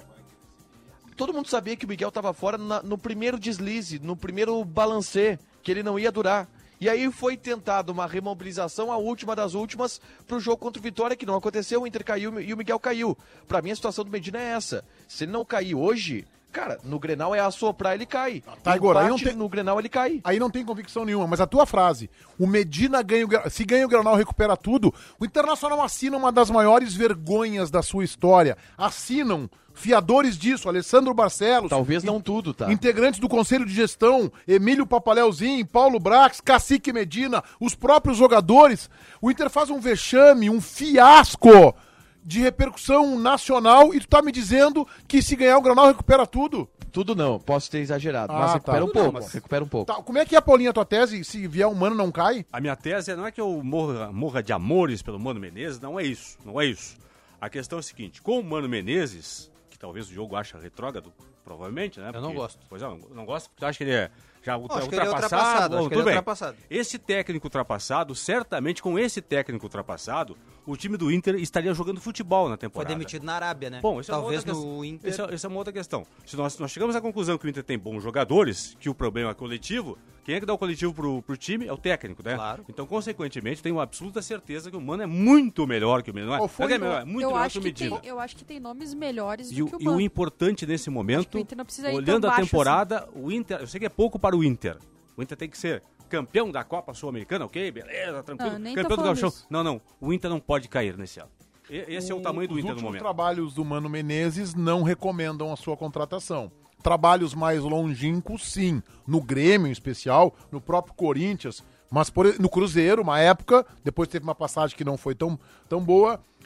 Todo mundo sabia que o Miguel estava fora no primeiro deslize, no primeiro balancê, que ele não ia durar. E aí foi tentado uma remobilização, a última das últimas, pro jogo contra o Vitória, que não aconteceu, o Inter caiu e o Miguel caiu. Pra mim a situação do Medina é essa. Se ele não cair hoje, cara, no Grenal é assoprar, ele cai. Tá, agora, aí não Empate, tem- no Grenal ele cai. Aí não tem convicção nenhuma, mas a tua frase, o Medina ganha se ganha o Granal, recupera tudo, o Internacional assina uma das maiores vergonhas da sua história. Assinam fiadores disso, Alessandro Barcelos. Talvez não tudo, tá? Integrantes do Conselho de Gestão, Emílio Papaleuzinho, Paulo Brax, Cacique Medina, os próprios jogadores. O Inter faz um vexame, um fiasco de repercussão nacional e tu tá me dizendo que se ganhar o Granal recupera tudo? Tudo não, posso ter exagerado, Ah, mas tá. recupera um Tudo não, pouco, mas- recupera um pouco. Tá, como é que é, Paulinho, a tua tese? Se vier um Mano não cai? A minha tese não é que eu morra de amores pelo Mano Menezes, não é isso, não é isso. A questão é a seguinte, com o Mano Menezes, que talvez o jogo acha retrógrado, provavelmente, né? Eu não gosto. Pois é, não gosto porque tu acha que ele é já acho que ele é ultrapassado, ultrapassado. acho que ele é Tudo bem. ultrapassado. Esse técnico ultrapassado, certamente com esse técnico ultrapassado, o time do Inter estaria jogando futebol na Foi temporada. demitido na Arábia, né? Bom, isso Talvez é uma outra no questão. Inter. Essa é uma outra questão. Se nós chegamos à conclusão que o Inter tem bons jogadores, que o problema é coletivo, quem é que dá o coletivo pro time? É o técnico, né? Claro. Então, consequentemente, tenho absoluta certeza que o Mano é muito melhor que o Medina. Qual foi Não é o- melhor, é muito eu, melhor acho que o que Medina. eu acho que tem nomes melhores E do o, que o e o Mano. importante nesse Acho momento, que o Inter não precisa ir olhando tão a baixo temporada, o Inter, eu sei que é pouco para o Inter. O Inter tem que ser campeão da Copa Sul-Americana, ok? Beleza, tranquilo. Não, nem tô campeão do falando Gauchão. isso. Não, o Inter não pode cair nesse ano. Esse é o tamanho do Os Inter no últimos momento. trabalhos do Mano Menezes não recomendam a sua contratação. Trabalhos mais longínquos, sim. No Grêmio, em especial, no próprio Corinthians, mas no Cruzeiro, uma época, depois teve uma passagem que não foi tão boa.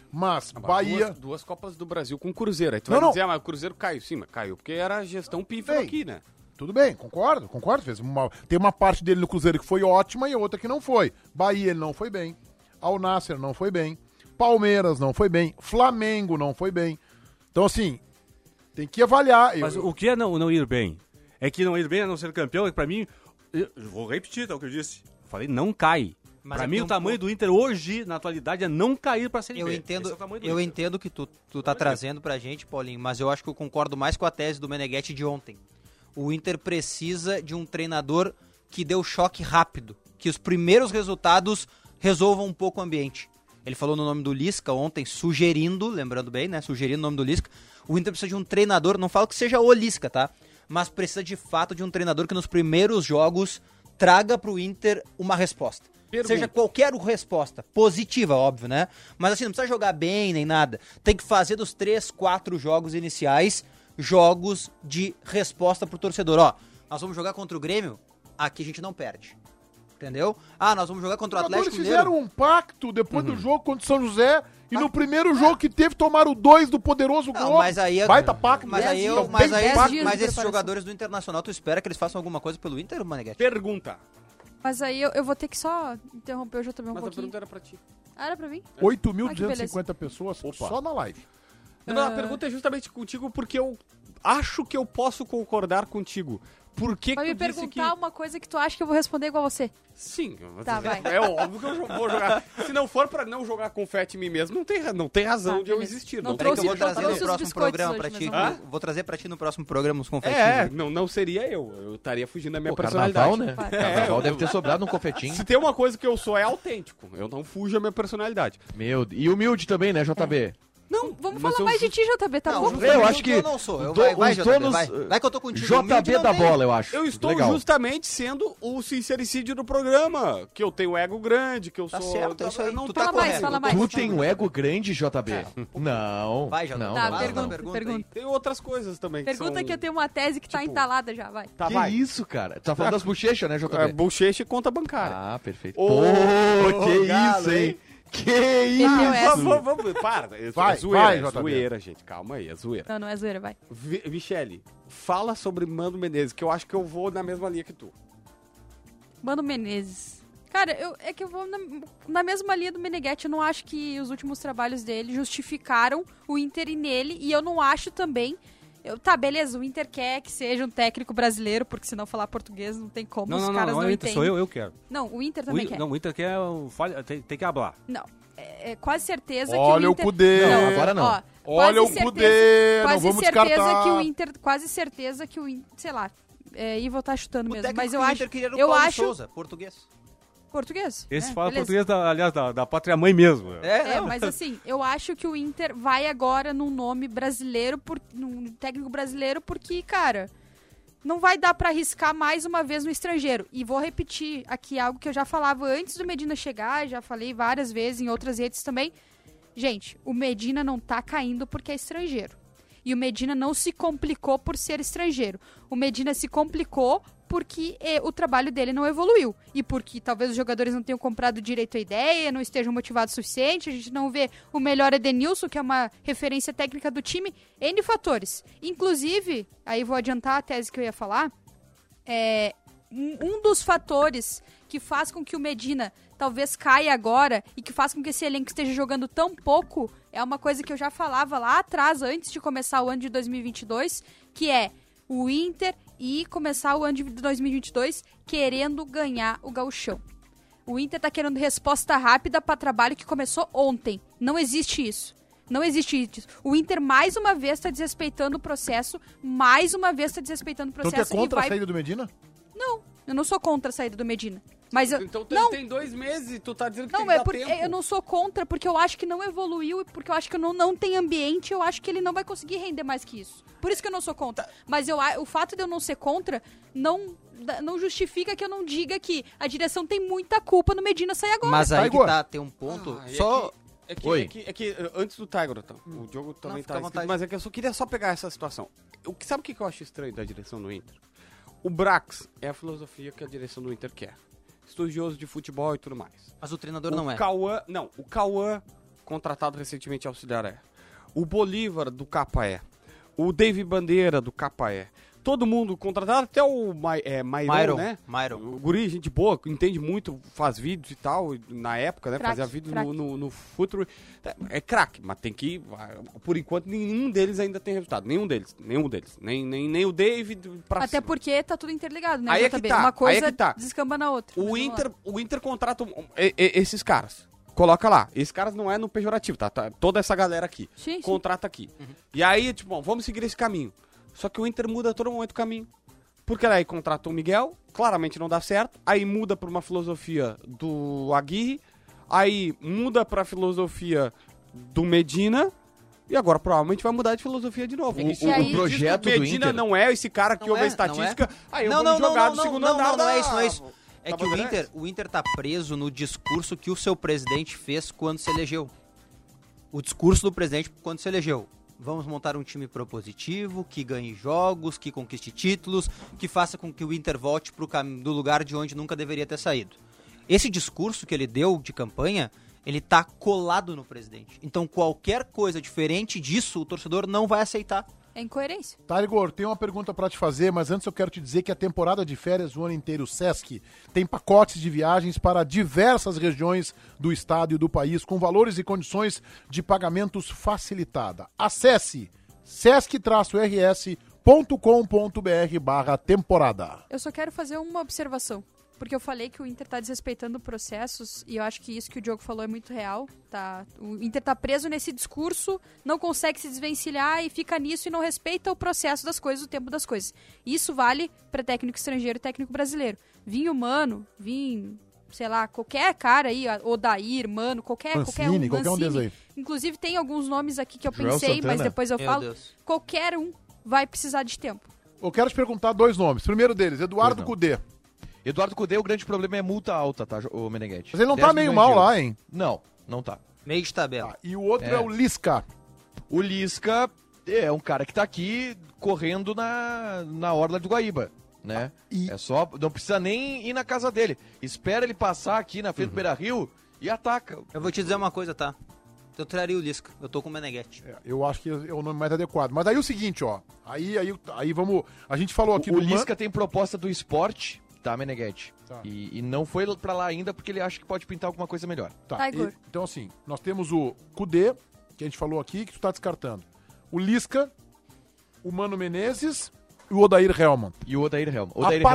Mas Bahia... Duas Copas do Brasil com o Cruzeiro. Aí tu Não, vai não. dizer, mas o Cruzeiro caiu. Sim, mas caiu porque era gestão pífia Bem, aqui, né? Tudo bem, concordo. Tem uma parte dele no Cruzeiro que foi ótima e outra que não foi. Bahia ele não foi bem. Al Nassr não foi bem. Palmeiras não foi bem. Flamengo não foi bem. Então, assim, tem que avaliar. Mas o que é não ir bem? É que não ir bem é não ser campeão, é que pra mim, eu vou repetir, tá, o que eu disse. Eu falei, não cai. Mas Pra é mim, que o tamanho do Inter hoje, na atualidade, é não cair pra Série Eu B. entendo, Esse é o tamanho do eu Inter. entendo o que tu tá trazendo pra gente, Paulinho, mas eu acho que eu concordo mais com a tese do Meneghetti de ontem. O Inter precisa de um treinador que dê o choque rápido, que os primeiros resultados resolvam um pouco o ambiente. Ele falou no nome do Lisca ontem, sugerindo, lembrando bem, né, sugerindo o nome do Lisca. O Inter precisa de um treinador, não falo que seja o Lisca, tá? Mas precisa de fato de um treinador que nos primeiros jogos traga pro Inter uma resposta. Seja qualquer resposta, positiva, óbvio, né? Mas assim, não precisa jogar bem nem nada. Tem que fazer dos 3, 4 jogos iniciais, jogos de resposta pro torcedor. Ó, nós vamos jogar contra o Grêmio, aqui a gente não perde. Entendeu? Ah, nós vamos jogar contra o Atlético Eles Mineiro. fizeram um pacto depois do jogo contra o São José e no primeiro jogo que teve, tomaram 2 do poderoso Não, Globo. mas aí Baita pacto. Mas né? aí, Então, mas, bem aí, pacto. dias mas de esses preparação. jogadores do Internacional, tu espera que eles façam alguma coisa pelo Inter, Maneguete? Pergunta. Mas aí eu vou ter que só interromper o JB um Mas a pouquinho. pergunta era pra ti. Ah, era pra mim? 8.250 pessoas só na live. Não, a pergunta é justamente contigo porque eu acho que eu posso concordar contigo. Por que Vai que me tu disse perguntar uma coisa que tu acha que eu vou responder igual você. Sim. Tá, vai. É óbvio que eu vou jogar. Se não for pra não jogar confete em mim mesmo, não tem razão Tá, de eu beleza. existir. Não Peraí que eu vou trouxe- trazer não no trouxe os próximo biscoitos programa hoje, pra mas ti. vamos Vou trazer pra ti no próximo programa os confetinhos. Não seria eu. Eu estaria fugindo da minha Pô, personalidade. carnaval, né? Carnaval deve ter sobrado um confetinho. Se tem uma coisa que eu sou é autêntico. Eu não fujo da minha personalidade. Meu, e humilde também, né, JB? Não, Vamos mas falar eu mais de ti, JB, tá bom? Eu acho que Eu não sou. Eu, do- vai, os JB, donos, vai que eu tô contigo. Humilde JB não da tem. bola, eu acho. Eu estou Legal. justamente sendo o sincericídio do programa. Que eu tenho ego grande, que eu Tá sou... certo, é isso aí. Não Tu tá tá Fala mais, correto. fala mais. Tu tem um ego grande, JB? Não. Vai, JB. Não, Tá, não, pergunta, não. pergunta. Tem outras coisas também. Pergunta são... que eu tenho uma tese que tá tipo- entalada já, vai. Tá, Que vai. isso, cara? Tu tá falando das bochechas, né, JB? É, bochecha e conta bancária. Ah, perfeito. Ô, Pô, que galo, isso, hein? Que Meteu essa. isso? Vamos, para. Vai, é zoeira, vai, é JB. zoeira, gente. Calma aí, é zoeira. Não, não é zoeira, vai. Michele, fala sobre Mano Menezes, que eu acho que eu vou na mesma linha que tu. Mano Menezes. Cara, é que eu vou na mesma linha do Meneghetti. Eu não acho que os últimos trabalhos dele justificaram o Inter ir nele. E eu não acho também... Tá, beleza, o Inter quer que seja um técnico brasileiro, porque se não falar português não tem como, os caras não o Inter entendem. sou eu quero. Não, o Inter também quer. Não, o Inter quer, tem que hablar. Não, é quase certeza Olha que o o Inter... Cudê. Não, agora não. Ó, Olha quase o Cudê, não quase vamos certeza descartar. que o Inter, quase certeza que o Inter, sei lá, e vou estar chutando O mesmo, técnico mas eu que o acho, Inter queria era o eu Paulo acho Souza, português. português. Esse né? fala Beleza. português, aliás, da pátria mãe mesmo. É, mas assim, eu acho que o Inter vai agora num nome brasileiro, num técnico brasileiro, porque, cara, não vai dar pra arriscar mais uma vez no estrangeiro. E vou repetir aqui algo que eu já falava antes do Medina chegar, já falei várias vezes em outras redes também. Gente, o Medina não tá caindo porque é estrangeiro. E o Medina não se complicou por ser estrangeiro. O Medina se complicou porque o trabalho dele não evoluiu. E porque talvez os jogadores não tenham comprado direito a ideia, não estejam motivados o suficiente, a gente não vê o melhor Edenilson, que é uma referência técnica do time, N fatores. Inclusive, aí vou adiantar a tese que eu ia falar, um dos fatores que faz com que o Medina talvez caia agora e que faz com que esse elenco esteja jogando tão pouco é uma coisa que eu já falava lá atrás, antes de começar o ano de 2022, que é o Inter e começar o ano de 2022 querendo ganhar o Gauchão. O Inter tá querendo resposta rápida para trabalho que começou ontem. Não existe isso. Não existe isso. O Inter mais uma vez está desrespeitando o processo, mais uma vez está desrespeitando o Então processo. tu é contra e vai... a saída do Medina? Não, eu não sou contra a saída do Medina. Mas eu... Então não, tem 2 meses e tu tá dizendo que não, tem que é dar porque tempo. eu não sou contra, porque eu acho que não evoluiu e porque eu acho que não tem ambiente, eu acho que ele não vai conseguir render mais que isso. Por isso que eu não sou contra. Mas o fato de eu não ser contra não justifica que eu não diga que a direção tem muita culpa no Medina sair agora. Mas aí que Igor. tá, tem um ponto. Só... Oi. É que antes do Tiger, então, o Diogo também fica tá à vontade. escrito, mas é que eu só queria pegar essa situação. Sabe o que eu acho estranho da direção do Inter? O Brax é a filosofia que a direção do Inter quer. Estudioso de futebol e tudo mais. Mas o treinador não é. O Cauã contratado recentemente auxiliar é. O Bolívar do Capaé. O David Bandeira do Capaé. Todo mundo contratado, até o Myron, né? Myron. O guri, gente boa, entende muito, faz vídeos e tal, na época, né? Crack, Fazia vídeo crack. no Futuro. É craque, mas tem que... Por enquanto, nenhum deles ainda tem resultado. Nenhum deles. Nem o David pra Até cima. porque tá tudo interligado, né, Aí é que JB? tá, Uma coisa aí é que tá. descamba na outra. O Mas vamos lá. Inter contrata esses caras. Coloca lá. Esses caras não é no pejorativo, tá? Toda essa galera aqui. Sim, sim. Contrata aqui. E aí, tipo, bom, vamos seguir esse caminho. Só que o Inter muda a todo momento o caminho. Porque aí contrata o Miguel, claramente não dá certo. Aí muda pra uma filosofia do Aguirre. Aí muda pra filosofia do Medina. E agora provavelmente vai mudar de filosofia de novo. aí- O projeto do Medina Inter... não é esse cara que Não ouve a é, estatística. Aí eu Não, vou não, jogar não, do não, segundo não, andar não é da- isso, não é isso. É da que Bandeirantes. o Inter tá preso no discurso que o seu presidente fez quando se elegeu. O discurso do presidente quando se elegeu. Vamos montar um time propositivo, que ganhe jogos, que conquiste títulos, que faça com que o Inter volte do lugar de onde nunca deveria ter saído. Esse discurso que ele deu de campanha, ele tá colado no presidente. Então qualquer coisa diferente disso, o torcedor não vai aceitar. É incoerência. Tá, Igor, tem uma pergunta pra te fazer, mas antes eu quero te dizer que a temporada de férias o ano inteiro Sesc tem pacotes de viagens para diversas regiões do estado e do país com valores e condições de pagamentos facilitada. Acesse sesc-rs.com.br/temporada. Eu só quero fazer uma observação. Porque eu falei que o Inter tá desrespeitando processos e eu acho que isso que o Diogo falou é muito real. Tá? O Inter tá preso nesse discurso, não consegue se desvencilhar e fica nisso e não respeita o processo das coisas, o tempo das coisas. Isso vale para técnico estrangeiro e técnico brasileiro. Mano, sei lá, qualquer cara aí, Odair, Mano, qualquer um. Qualquer um deles aí. Inclusive tem alguns nomes aqui que eu Joel pensei, Santana. mas depois eu Meu falo. Deus. Qualquer um vai precisar de tempo. Eu quero te perguntar dois nomes. Primeiro deles, Eduardo Pois não. Cudê. Eduardo Cudê, o grande problema é multa alta, tá, o Meneghetti? Mas ele não 10 tá meio milhões mal de lá, euros. hein? Não tá. Meio de tabela. Tá, e o outro é. É. o Lisca. O Lisca é um cara que tá aqui correndo na orla do Guaíba, né? E- É só, não precisa nem ir na casa dele. Espera ele passar aqui na frente do Beira-Rio e ataca. Eu vou te dizer uma coisa, tá? Eu traria o Lisca. Eu tô com o Meneghetti. Eu acho que é o nome mais adequado. Mas aí o seguinte, ó. Aí vamos. A gente falou aqui O do Lisca tem proposta do esporte, tá, Meneghetti? Tá. E não foi pra lá ainda porque ele acha que pode pintar alguma coisa melhor. Tá, Igor. Então, assim, nós temos o Cudê, que a gente falou aqui, que tu tá descartando. O Lisca, o Mano Menezes e o Odair Helman. E o Odair Helman.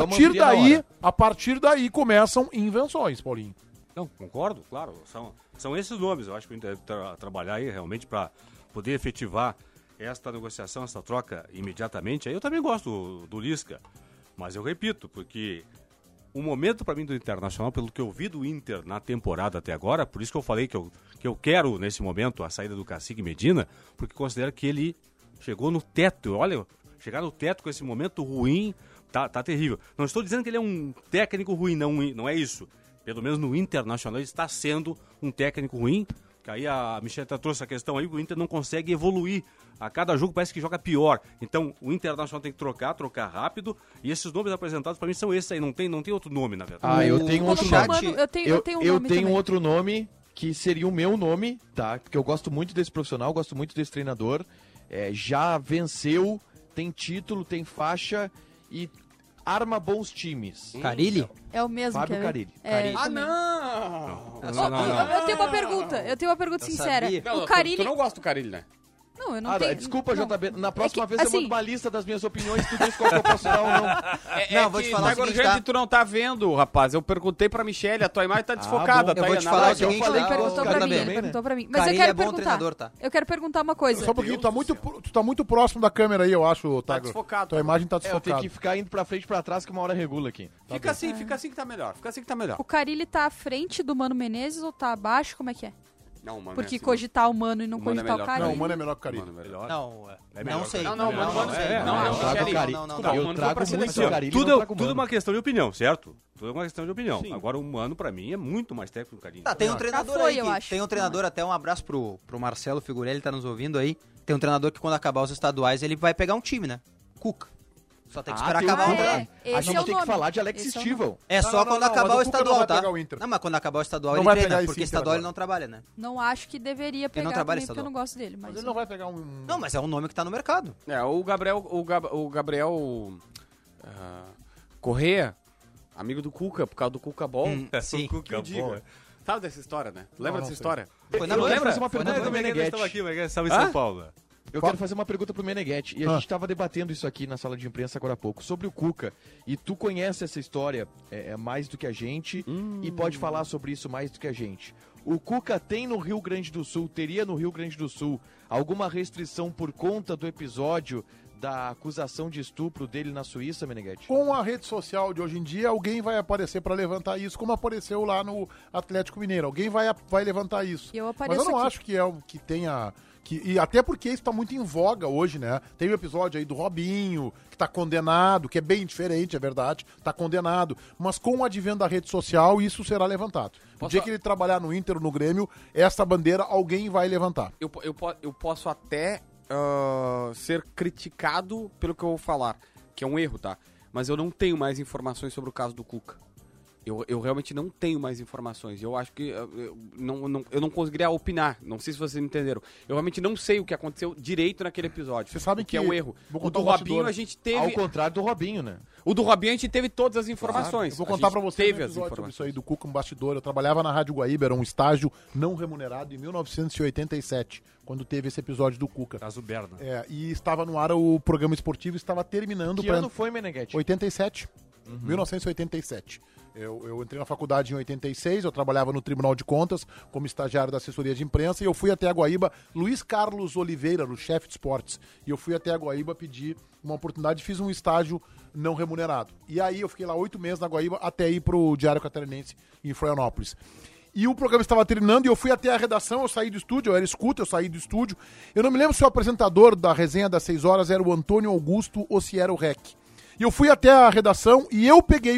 A partir daí começam invenções, Paulinho. Não, concordo, claro. São esses nomes. Eu acho que o Inter deve trabalhar aí realmente para poder efetivar esta negociação, essa troca imediatamente. Aí eu também gosto do Lisca. Mas eu repito, porque o momento para mim do Internacional, pelo que eu vi do Inter na temporada até agora, por isso que eu falei que eu quero, nesse momento, a saída do Cacique Medina, porque considero que ele chegou no teto. Olha, chegar no teto com esse momento ruim, tá terrível. Não estou dizendo que ele é um técnico ruim, não é isso. Pelo menos no Internacional ele está sendo um técnico ruim. Que aí a Michelle trouxe a questão aí, que o Inter não consegue evoluir. A cada jogo parece que joga pior. Então o Internacional tem que trocar rápido. E esses nomes apresentados para mim são esses aí. Não tem outro nome, na verdade. Ah, eu tenho outro Colocar nome. Mano, eu tenho um nome também. Outro nome que seria o meu nome, tá? Porque eu gosto muito desse profissional, gosto muito desse treinador. Já venceu, tem título, tem faixa e arma bons times. Carille? É o mesmo, Fábio quer ver? Carille. É, Ah, também. não! Eu tenho uma pergunta. Eu tenho uma pergunta sincera. sabia. Não, O Carille... tu não gosta do Carilli, né? Não, eu não tenho... Desculpa, não. JB. Na próxima É que, vez eu assim, mando uma lista das minhas opiniões, tu diz qual que eu posso dar ou não. Não, vou te falar o Agora, seguinte, gente, tá? tu não tá vendo, rapaz. Eu perguntei pra Michelle, a tua imagem tá desfocada. bom. tá Eu vou aí, te na falar o live. seguinte, eu falei tá? que Perguntou gosto pra do mim, Carille, ele perguntou pra mim. Mas Carille eu quero é bom perguntar. treinador, tá? Eu quero perguntar uma coisa. Só um pouquinho, tu tá muito próximo da câmera aí, eu acho, Tá Tagro. desfocado. Tua imagem tá Eu tenho desfocada. que ficar indo pra frente e pra trás que uma hora regula aqui. Fica assim que tá melhor. O Carilli tá à frente do Mano Menezes ou tá abaixo? Como é que é? Não, mano. Porque é assim, cogitar o Mano e não O Mano é cogitar o melhor. Carilli. Não, o Mano é melhor que o Carille. Mano, melhor. Não, É melhor. não sei. Não, mano, sei. é, não, eu não, trago Michele, o Carille. não, não, Desculpa, Eu o Mano foi trago pra muito seleção. o Carille, não trago o Tudo é Mano. uma questão de opinião, certo? Tudo é uma questão de opinião. Agora o Mano, pra mim, é muito mais técnico que o Carilli. Tá, tem um treinador foi, aí. eu acho. Tem um treinador, até um abraço pro Marcelo Figurelli, tá nos ouvindo aí. Tem um treinador que quando acabar os estaduais, ele vai pegar um time, né? Cuca. Só tem que esperar acabar o contrato. A gente tem que falar de Alex Stivel. É só quando acabar o estadual, tá? Não, mas quando acabar o estadual ele treina, porque estadual ele não trabalha, né? Não acho que deveria pegar também, porque eu não gosto dele. Mas ele não vai pegar um... Não, mas é um nome que tá no mercado. O Gabriel Corrêa, amigo do Cuca, por causa do Cuca Ball. Sim. O Cuca Ball. Sabe dessa história, né? Lembra dessa história? Foi na lembra? Fazer uma pergunta pro Meneghetti. Estava aqui, mas estava em São Paulo. Eu quero fazer uma pergunta pro Meneghetti. E a gente estava debatendo isso aqui na sala de imprensa agora há pouco, sobre o Cuca. E tu conhece essa história mais do que a gente e pode falar sobre isso mais do que a gente. O Cuca tem no Rio Grande do Sul, teria no Rio Grande do Sul, alguma restrição por conta do episódio da acusação de estupro dele na Suíça, Meneghetti? Com a rede social de hoje em dia, alguém vai aparecer para levantar isso, como apareceu lá no Atlético Mineiro. Alguém vai levantar isso. Mas eu não acho que é o que tenha... E até porque isso tá muito em voga hoje, né? Tem um episódio aí do Robinho, que tá condenado, que é bem diferente, é verdade, tá condenado. Mas com o advento da rede social, isso será levantado. No dia que ele trabalhar no Inter ou no Grêmio, essa bandeira alguém vai levantar. Eu posso até ser criticado pelo que eu vou falar, que é um erro, tá? Mas eu não tenho mais informações sobre o caso do Cuca. Eu realmente não tenho mais informações. Eu acho que eu não conseguiria opinar. Não sei se vocês entenderam. Eu realmente não sei o que aconteceu direito naquele episódio. Você sabe que é um erro. O do Robinho a gente teve... Ao contrário do Robinho, né? O do Robinho a gente teve todas as informações. Eu vou contar pra vocês um episódio sobre isso aí do Cuca, um bastidor. Eu trabalhava na Rádio Guaíba, era um estágio não remunerado em 1987, quando teve esse episódio do Cuca. Caso Berna. E estava no ar o programa esportivo, estava terminando... Que ano foi, Meneghetti? 87. 1987. Eu entrei na faculdade em 86, eu trabalhava no Tribunal de Contas como estagiário da assessoria de imprensa e eu fui até a Guaíba, Luiz Carlos Oliveira, o chefe de esportes, e eu fui até a Guaíba pedir uma oportunidade, fiz um estágio não remunerado. E aí eu fiquei lá 8 meses na Guaíba até ir pro Diário Catarinense em Florianópolis. E o programa estava terminando e eu fui até a redação, eu saí do estúdio, eu era escuta, eu saí do estúdio. Eu não me lembro se o apresentador da resenha das 6 horas era o Antônio Augusto ou se era o Rec. E eu fui até a redação e eu peguei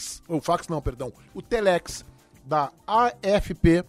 o telex da AFP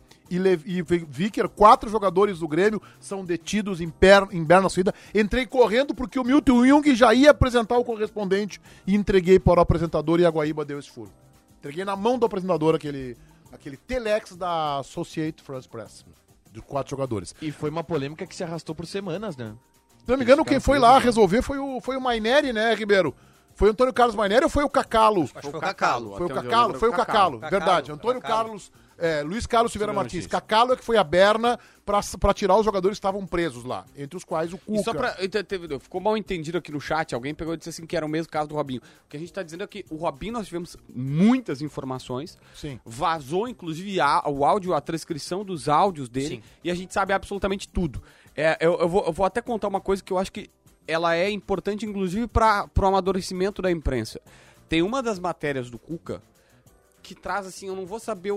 e vi que 4 jogadores do Grêmio são detidos em Berna Suída. Entrei correndo porque o Milton Jung já ia apresentar o correspondente e entreguei para o apresentador e a Guaíba deu esse furo. Entreguei na mão do apresentador aquele telex da Associated France Press, de 4 jogadores. E foi uma polêmica que se arrastou por semanas, né? Se não me engano, quem foi lá resolver foi o Maineri, né, Ribeiro? Foi o Antônio Carlos Maineri ou foi o Cacalo? Acho que foi o Cacalo. Foi o Cacalo, verdade. Antônio Carlos, Luiz Carlos Silveira Martins. Cacalo é que foi a Berna pra tirar os jogadores que estavam presos lá, entre os quais o Cuca. E só ficou mal entendido aqui no chat, alguém pegou e disse assim que era o mesmo caso do Robinho. O que a gente tá dizendo é que o Robinho nós tivemos muitas informações. Sim. Vazou, inclusive, o áudio, a transcrição dos áudios dele. Sim. E a gente sabe absolutamente tudo. Eu vou até contar uma coisa que eu acho que ela é importante, inclusive, para o amadurecimento da imprensa. Tem uma das matérias do Cuca que traz, assim, eu não vou saber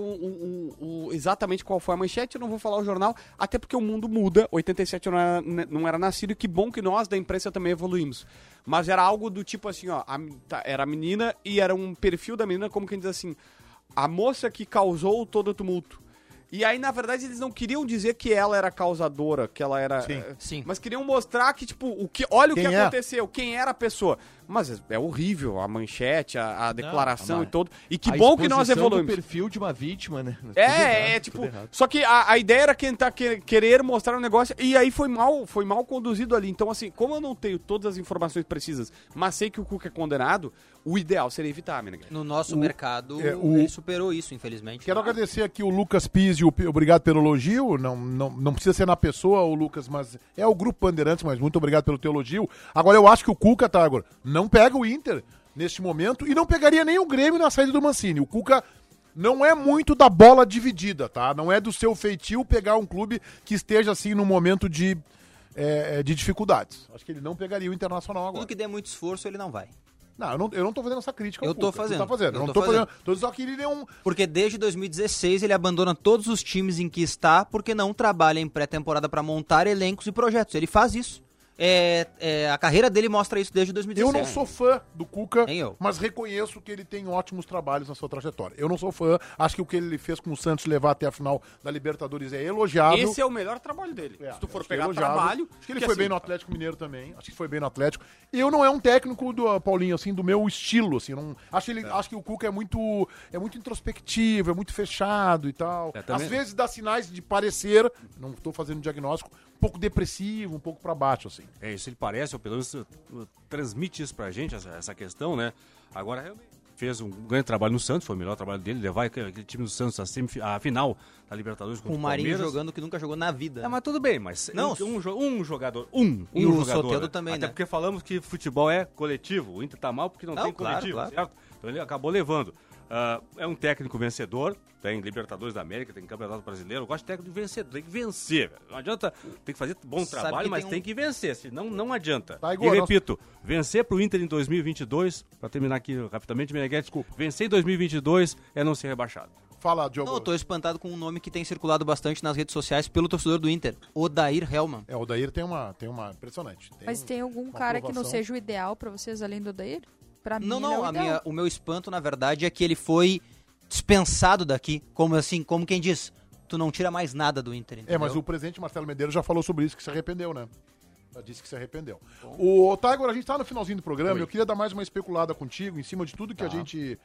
exatamente qual foi a manchete, eu não vou falar o jornal, até porque o mundo muda. 87 eu não era nascido, e que bom que nós, da imprensa, também evoluímos. Mas era algo do tipo assim, era a menina e era um perfil da menina, como quem diz assim, a moça que causou todo o tumulto. E aí, na verdade, eles não queriam dizer que ela era causadora, que ela era... Sim. Mas queriam mostrar que, tipo, olha o que aconteceu, quem era a pessoa. Mas é horrível a manchete, a declaração e todo. E que bom que nós evoluímos. O perfil de uma vítima, né? Tipo... Só que a ideia era querer mostrar um negócio, e aí foi mal conduzido ali. Então, assim, como eu não tenho todas as informações precisas, mas sei que o Cuca é condenado, o ideal seria evitar, menina. No nosso mercado, ele superou isso, infelizmente. Quero agradecer aqui o Lucas Pizzi, obrigado pelo elogio. Não precisa ser na pessoa, o Lucas, mas é o Grupo Bandeirantes, mas muito obrigado pelo teu elogio. Agora, eu acho que o Cuca, tá, agora, não pega o Inter neste momento e não pegaria nem o Grêmio na saída do Mancini. O Cuca não é muito da bola dividida, tá? Não é do seu feitio pegar um clube que esteja, assim, num momento de dificuldades. Acho que ele não pegaria o Internacional agora. Tudo que der muito esforço, ele não vai. Não, eu não tô fazendo essa crítica. Eu tô fazendo. Tá fazendo. Eu não tô fazendo. Tô só que ele deu um... Porque desde 2016 ele abandona todos os times em que está porque não trabalha em pré-temporada para montar elencos e projetos. Ele faz isso. A carreira dele mostra isso desde 2017. Eu não sou fã do Cuca, Nem eu. mas reconheço que ele tem ótimos trabalhos na sua trajetória. Eu não sou fã, acho que o que ele fez com o Santos levar até a final da Libertadores é elogiável. Esse é o melhor trabalho dele. Se tu for Acho que é pegar elogiável. trabalho... Acho que ele porque, foi assim, bem no Atlético Mineiro também. Acho que foi bem no Atlético. Eu não é um técnico do Paulinho, assim, do meu estilo, assim. Não, acho que o Cuca é muito introspectivo, é muito fechado e tal. Também. Às vezes dá sinais de parecer, não estou fazendo diagnóstico, um pouco depressivo, um pouco pra baixo, assim. É isso, ele parece, ou pelo menos transmite isso pra gente, essa questão, né? Agora, realmente, fez um grande trabalho no Santos, foi o melhor trabalho dele, levar aquele time do Santos à final da Libertadores contra Com o Marinho Palmeiras. jogando que nunca jogou na vida. Mas tudo bem, mas Não, um jogador, E o jogador, Soteldo também, até né? porque falamos que futebol é coletivo, o Inter tá mal porque não tem claro, coletivo, claro. certo? Então ele acabou levando. É um técnico vencedor, tem Libertadores da América, tem Campeonato Brasileiro, eu gosto de técnico vencedor, tem que vencer, velho. Não adianta, tem que fazer bom Sabe trabalho, que mas tem tem que vencer, senão não adianta. Tá, E Igor, repito, vencer pro Inter em 2022, pra terminar aqui rapidamente, Meneghete, desculpa, vencer em 2022 é não ser rebaixado. Fala, Diogo. Não, eu tô espantado com um nome que tem circulado bastante nas redes sociais pelo torcedor do Inter, Odair Hellmann. O Odair tem uma impressionante. Mas tem algum cara que não seja o ideal pra vocês, além do Odair? Pra mim, Não, ele é o ideal. o meu espanto, na verdade, é que ele foi dispensado daqui, como quem diz, tu não tira mais nada do Inter, entendeu? Mas o presidente Marcelo Medeiros já falou sobre isso, que se arrependeu, né? Já disse que se arrependeu. O Tiger, a gente tá no finalzinho do programa, eu queria dar mais uma especulada contigo, em cima de tudo que a gente...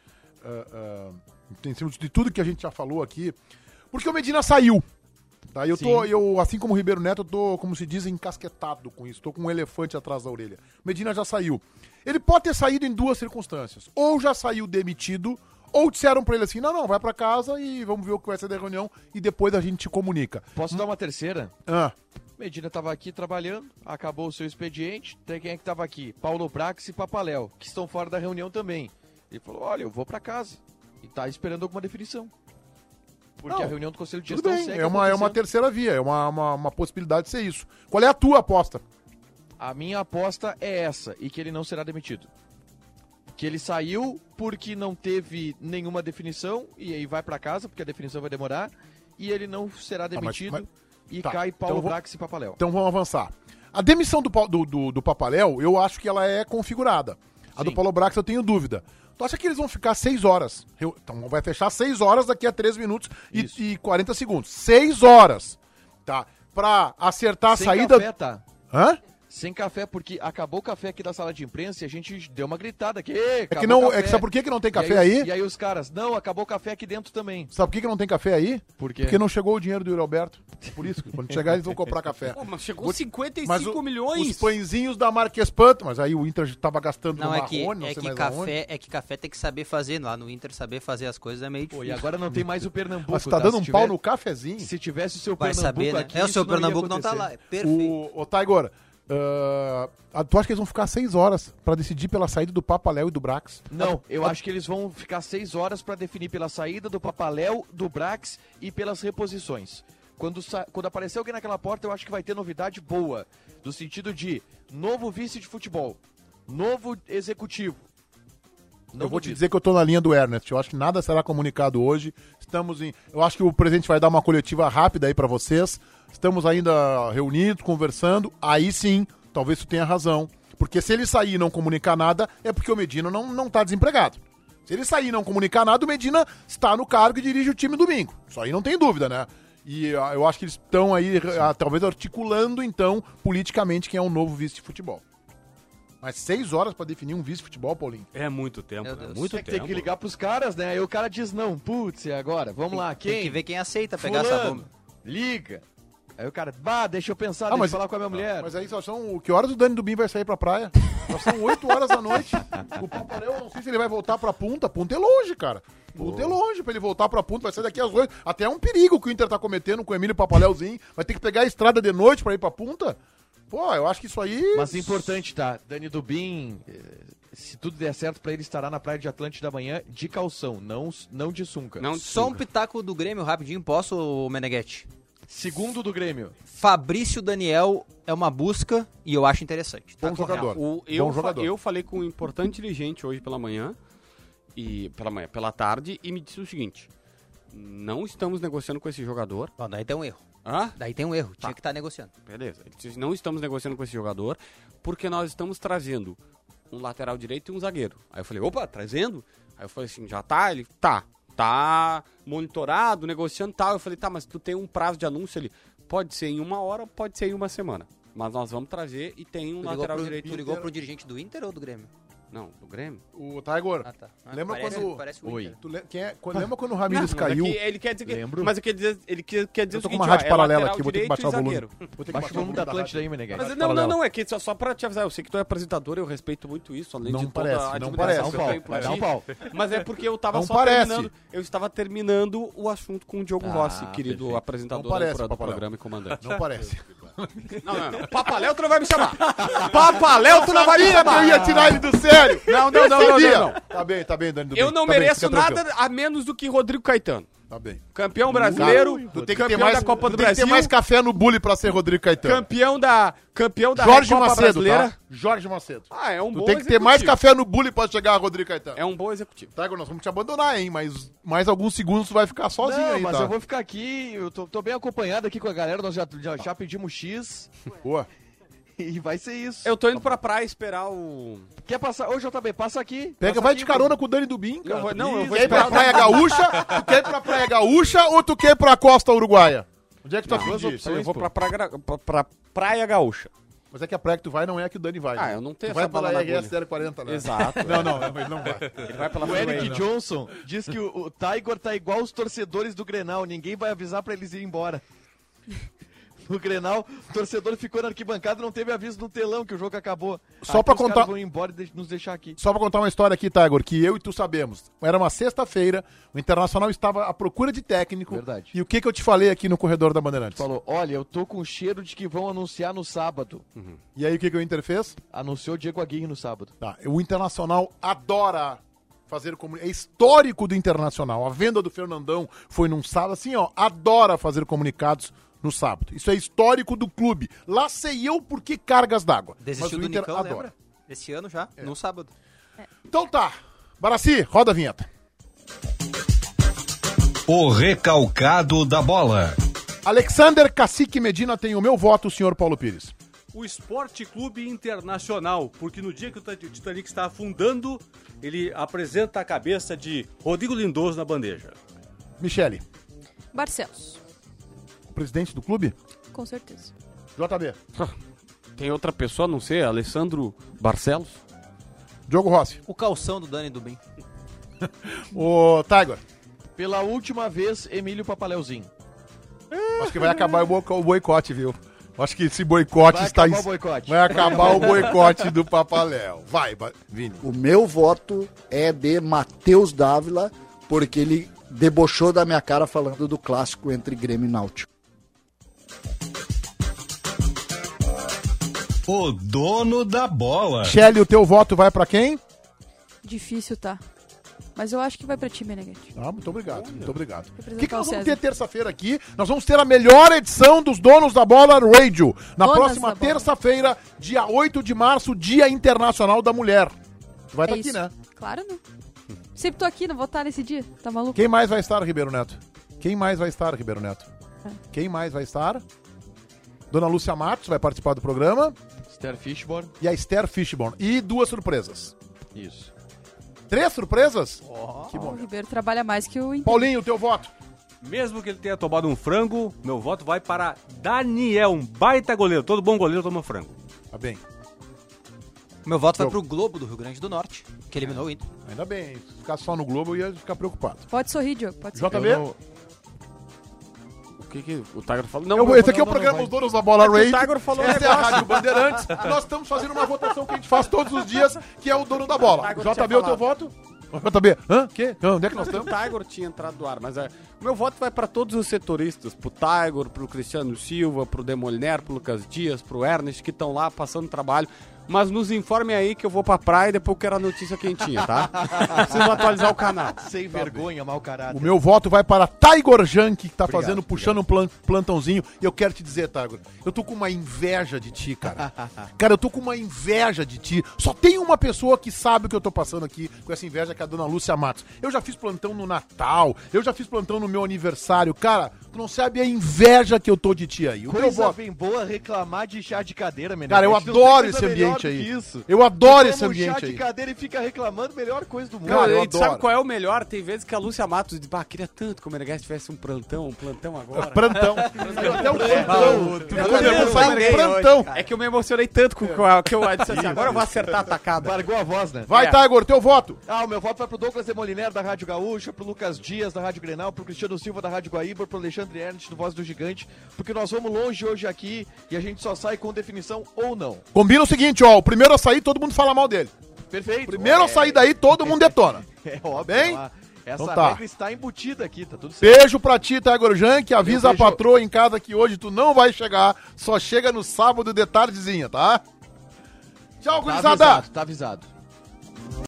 em cima de tudo que a gente já falou aqui, porque o Medina saiu. Tá? Eu, assim como o Ribeiro Neto, eu tô, como se diz, encasquetado com isso. Tô com um elefante atrás da orelha. O Medina já saiu. Ele pode ter saído em duas circunstâncias. Ou já saiu demitido, ou disseram pra ele assim, não, vai pra casa e vamos ver o que vai ser da reunião e depois a gente te comunica. Posso dar uma terceira? Ah, Medina tava aqui trabalhando, acabou o seu expediente. Tem quem é que tava aqui? Paulo Brax e Papaléu, que estão fora da reunião também. Ele falou, olha, eu vou pra casa. E tá esperando alguma definição. Porque Não, a reunião do Conselho de tudo Gestão bem, segue é uma acontecendo. terceira via, é uma possibilidade de ser isso. Qual é a tua aposta? A minha aposta é essa, e que ele não será demitido. Que ele saiu porque não teve nenhuma definição, e aí vai pra casa, porque a definição vai demorar, e ele não será demitido, e tá, cai Paulo então Brax e Papaléu. Então vamos avançar. A demissão do Papaléu, eu acho que ela é configurada. A do Sim. Paulo Brax eu tenho dúvida. Tu acha que eles vão ficar 6 horas? Então vai fechar 6 horas daqui a 3 minutos e 40 segundos. 6 horas, tá? Pra acertar Sem a saída... café, tá? Hã? Sem café, porque acabou o café aqui da sala de imprensa e a gente deu uma gritada aqui. Sabe por que não tem café aí? E aí os caras, não, acabou o café aqui dentro também. Sabe por que não tem café aí? Por quê? Porque não chegou o dinheiro do Yuri Alberto. Por isso, quando chegar eles vão comprar café. Pô, mas chegou 55 Mas milhões. Os pãezinhos da marca Espanto, mas aí o Inter tava gastando Não, no é que, Marrone, não sei mais aonde. café tem que saber fazer. Lá no Inter, saber fazer as coisas é meio Pô, difícil. e agora não tem mais o Pernambuco. Mas tu tá dando um pau no cafezinho? Se tivesse o seu Vai Pernambuco saber, né? aqui, O isso seu não ia Pernambuco não tá lá. acontecer. Perfeito. O Taigor, tu acha que eles vão ficar 6 horas pra decidir pela saída do Papaléu e do Brax? Não, eu acho que eles vão ficar 6 horas para definir pela saída do Papaléu, do Brax e pelas reposições. Quando aparecer alguém naquela porta, eu acho que vai ter novidade boa. No sentido de novo vice de futebol, novo executivo. Não Eu vou te duvido. dizer que eu tô na linha do Ernest. Eu acho que nada será comunicado hoje. Eu acho que o presidente vai dar uma coletiva rápida aí pra vocês. Estamos ainda reunidos, conversando. Aí sim, talvez tu tenha razão. Porque se ele sair e não comunicar nada, é porque o Medina não tá desempregado. Se ele sair e não comunicar nada, o Medina está no cargo e dirige o time domingo. Isso aí não tem dúvida, né? E eu acho que eles estão aí, talvez, articulando, então, politicamente, quem é o novo vice de futebol. Mas 6 horas pra definir um vice de futebol, Paulinho? É muito tempo, Meu né? Deus. Muito É que tempo. tem que ligar pros caras, né? Aí o cara diz não, putz, e agora? Vamos lá, quem? Tem que ver quem aceita pegar essa bomba. Liga. Aí o cara, deixa eu pensar, Ah, deixa eu falar com a minha mulher. Mas aí só são... Que horas o Dani Dubin vai sair pra praia? Só são 8 horas da noite. O Papaléu, eu não sei se ele vai voltar pra Punta. Punta é longe, cara. Punta é longe pra ele voltar pra Punta. Vai sair daqui às 8. Até é um perigo que o Inter tá cometendo com o Emílio Papaléuzinho. Vai ter que pegar a estrada de noite pra ir pra Punta. Pô, eu acho que isso aí... Mas importante, tá? Dani Dubin, se tudo der certo pra ele, estará na praia de Atlântica da manhã de calção, não de sunca. Não, Só um pitaco do Grêmio rapidinho, posso, Meneghetti? Segundo do Grêmio. Fabrício Daniel é uma busca e eu acho interessante. Bom jogador. Bom jogador. Eu falei com um importante dirigente hoje pela manhã, pela tarde, e me disse o seguinte: não estamos negociando com esse jogador. Bom, daí tem um erro. Hã? Daí tem um erro, tinha que estar negociando. Beleza. Não estamos negociando com esse jogador porque nós estamos trazendo um lateral direito e um zagueiro. Aí eu falei, opa, trazendo? Aí eu falei assim, já tá? Ele, tá monitorado, negociando e tal. Eu falei, tá, mas tu tem um prazo de anúncio ali. Pode ser em 1 hora, pode ser em 1 semana. Mas nós vamos trazer e tem um lateral direito. Tu ligou pro dirigente do Inter ou do Grêmio? Não, do Grêmio. O Tiger. Ah, tá. Lembra quando... Parece o Inter. Lembra quando o Ramires Não, caiu? mas ele quer dizer que... Lembro. Mas ele quer dizer Eu tô o com seguinte, uma rádio paralela lateral aqui, vou ter que direito baixar o e volume. zagueiro. Vou ter que Baixa baixar o volume da Atlântida aí, Meneghete. Mas não, é que só pra te avisar, eu sei que tu é apresentador, eu respeito muito isso, além Não de toda parece, a não admiração parece. que eu tenho por Vai dar ti. um pau. Mas é porque eu tava Não só parece. terminando, eu estava terminando o assunto com o Diogo Rossi, querido perfeito. apresentador Não parece, do Papaléu. programa e comandante. Não parece. Não. Papaléu tu não vai me chamar. Papaléu tu não vai me Sabia que eu chamar. ia tirar ele do sério. Não. Sabia. Tá bem, Dani. Eu não mereço nada a menos do que Rodrigo Caetano. Tá bem. Campeão brasileiro, Tu tem que campeão ter mais, da Copa do tu tem que Brasil, ter mais café no bule pra ser Rodrigo Caetano. campeão da Jorge Copa Macedo, brasileira. tá? Jorge Macedo. Ah, é um Tu bom tem que ter executivo. mais café no bule pra chegar a Rodrigo Caetano. É um bom executivo. Tá, nós vamos te abandonar, hein? Mas mais alguns segundos tu vai ficar sozinho Não, aí, mas tá? eu vou ficar aqui, eu tô bem acompanhado aqui com a galera, nós já pedimos X Boa. e vai ser isso. Eu tô indo pra praia esperar o... Quer passar? Ô, JB, passa aqui. Vai Passa de aqui, carona com o Dani Dubin, cara. Eu vou Quer ir pra esperar... Praia Gaúcha? Tu quer ir pra Praia Gaúcha ou tu quer ir pra Costa Uruguaia? Onde é que tu Duas afim de ir? opções. Eu vou pra Praia Gaúcha. Mas é que a praia que tu vai não é a que o Dani vai. Ah, né? eu não tenho Tu vai essa bala pela na agulha. RS 040, né? Exato. Não, ele não vai. Ele vai pela O Eric freeway, né? Johnson diz que o Tiger tá igual os torcedores do Grenal, ninguém vai avisar pra eles irem embora. No Grenal, o torcedor ficou na arquibancada e não teve aviso no telão que o jogo acabou. Só Aqui pra os contar- caras vão embora e nos deixar aqui. Só pra contar uma história aqui, Tiger, que eu e tu sabemos. Era uma sexta-feira, o Internacional estava à procura de técnico. Verdade. E o que eu te falei aqui no corredor da Bandeirantes? Falou, olha, eu tô com cheiro de que vão anunciar no sábado. E aí o que o Inter fez? Anunciou Diego Aguirre no sábado. Tá, o Internacional adora fazer comunicados. É histórico do Internacional. A venda do Fernandão foi num sábado, assim, ó, adora fazer comunicados no sábado. Isso é histórico do clube. Lá sei eu por que cargas d'água. Desistiu Mas o do Inter Nicão, adora. lembra? Esse ano já, no sábado. Então tá. Baraci, roda a vinheta. O recalcado da bola. Alexander Cacique Medina tem o meu voto, senhor Paulo Pires. O Esporte Clube Internacional, porque no dia que o Titanic está afundando, ele apresenta a cabeça de Rodrigo Lindoso na bandeja. Michele, Barcelos, o presidente do clube? com certeza. JB. Tem outra pessoa, não sei, Alessandro Barcelos? Diogo Rossi. O calção do Dani Dubin. O Tiger. Pela última vez, Emílio Papaleuzinho. Acho que vai acabar o boicote, viu? Acho que esse boicote Vai está... acabar o boicote. Vai acabar o boicote do Papaléu. Vai, Vini. O meu voto é de Matheus Dávila, porque ele debochou da minha cara falando do clássico entre Grêmio e Náutico. O dono da bola. Michele, o teu voto vai pra quem? Difícil, tá? Mas eu acho que vai pra ti, Meneghete. Ah, muito obrigado, muito obrigado. O Representar que nós o vamos César. ter terça-feira aqui? Nós vamos ter a melhor edição dos Donos da Bola Radio. Na Donas próxima da Bola. terça-feira, dia 8 de março, Dia Internacional da Mulher. Tu vai estar aqui, isso. né? Claro, não. Sempre tô aqui, não vou estar nesse dia. Tá maluco? Quem mais vai estar, Ribeiro Neto? Quem mais vai estar, Ribeiro Neto? Quem mais vai estar? Dona Lúcia Matos vai participar do programa. Esther Fishborn. E a Esther Fishborn. E 2 surpresas. Isso. 3 surpresas? Que O bom. Ribeiro trabalha mais que o Inter. Paulinho, o teu voto. Mesmo que ele tenha tomado um frango, meu voto vai para Daniel, um baita goleiro. Todo bom goleiro toma frango. Tá bem. O meu voto vai Jogo. pro Globo do Rio Grande do Norte, que eliminou o Inter. Ainda bem. Se ficar só no Globo, eu ia ficar preocupado. Pode sorrir, Diogo. Pode sorrir. JB? Eu não- O que o Tiger falou? Não, Esse aqui é o não, programa não Os Donos da Bola É que o Radio. Tiger falou Essa um é a negócio. Rádio Bandeirantes. Nós estamos fazendo uma votação que a gente faz todos os dias, que é o Dono da Bola. Tiger JB, tinha o teu voto? JB, hã? Que? Onde é que nós O estamos? Tiger tinha entrado do ar, mas o meu voto vai para todos os setoristas, pro Tiger, pro Cristiano Silva, pro Demoliner, pro Lucas Dias, pro Ernest, que estão lá passando trabalho. mas nos informem aí que eu vou pra praia e depois eu quero a notícia quentinha, tá? Preciso atualizar o canal. Sem vergonha, mau caráter. O meu voto vai para Taigor Jank, que tá Obrigado, puxando um plantãozinho. E eu quero te dizer, Taigor, eu tô com uma inveja de ti, cara. Cara, eu tô com uma inveja de ti. Só tem uma pessoa que sabe o que eu tô passando aqui com essa inveja, que é a dona Lúcia Matos. Eu já fiz plantão no Natal, eu já fiz plantão no meu aniversário. Cara, tu não sabe a inveja que eu tô de ti aí. O meu Coisa voto... bem boa reclamar de chá de cadeira, Menezes. Cara, eu Não tem adoro coisa esse melhor ambiente do aí. que isso. Eu adoro esse Toma um ambiente chá aí. de cadeira e fica reclamando, melhor coisa do mundo. Cara, eu e tu sabe adoro. qual é o melhor? Tem vezes que a Lúcia Matos diz, queria tanto que o Meneghete tivesse um plantão agora. Plantão. Até o plantão. Plantão. É que eu me emocionei tanto com o que eu disse assim, agora eu vou acertar a tacada. Largou a voz, né? Vai, Taigor, teu voto. O meu voto vai pro Douglas Demoliner, da Rádio Gaúcha, pro Lucas Dias, da Rádio Grenal, pro Cristiano Silva, da Rádio Guaíba, pro Alexandre Ernst, do Voz do Gigante, porque nós vamos longe hoje aqui e a gente só sai com definição ou não. Combina o seguinte, ó, o primeiro a sair, todo mundo fala mal dele. Perfeito. Primeiro a sair daí, todo mundo detona. É óbvio. Bem? Essa Então tá. regra está embutida aqui, tá tudo certo. Beijo pra ti, Taigor Jank, avisa a beijo. patroa em casa que hoje tu não vai chegar, só chega no sábado de tardezinha, tá? Tchau, gurizada! Tá avisado.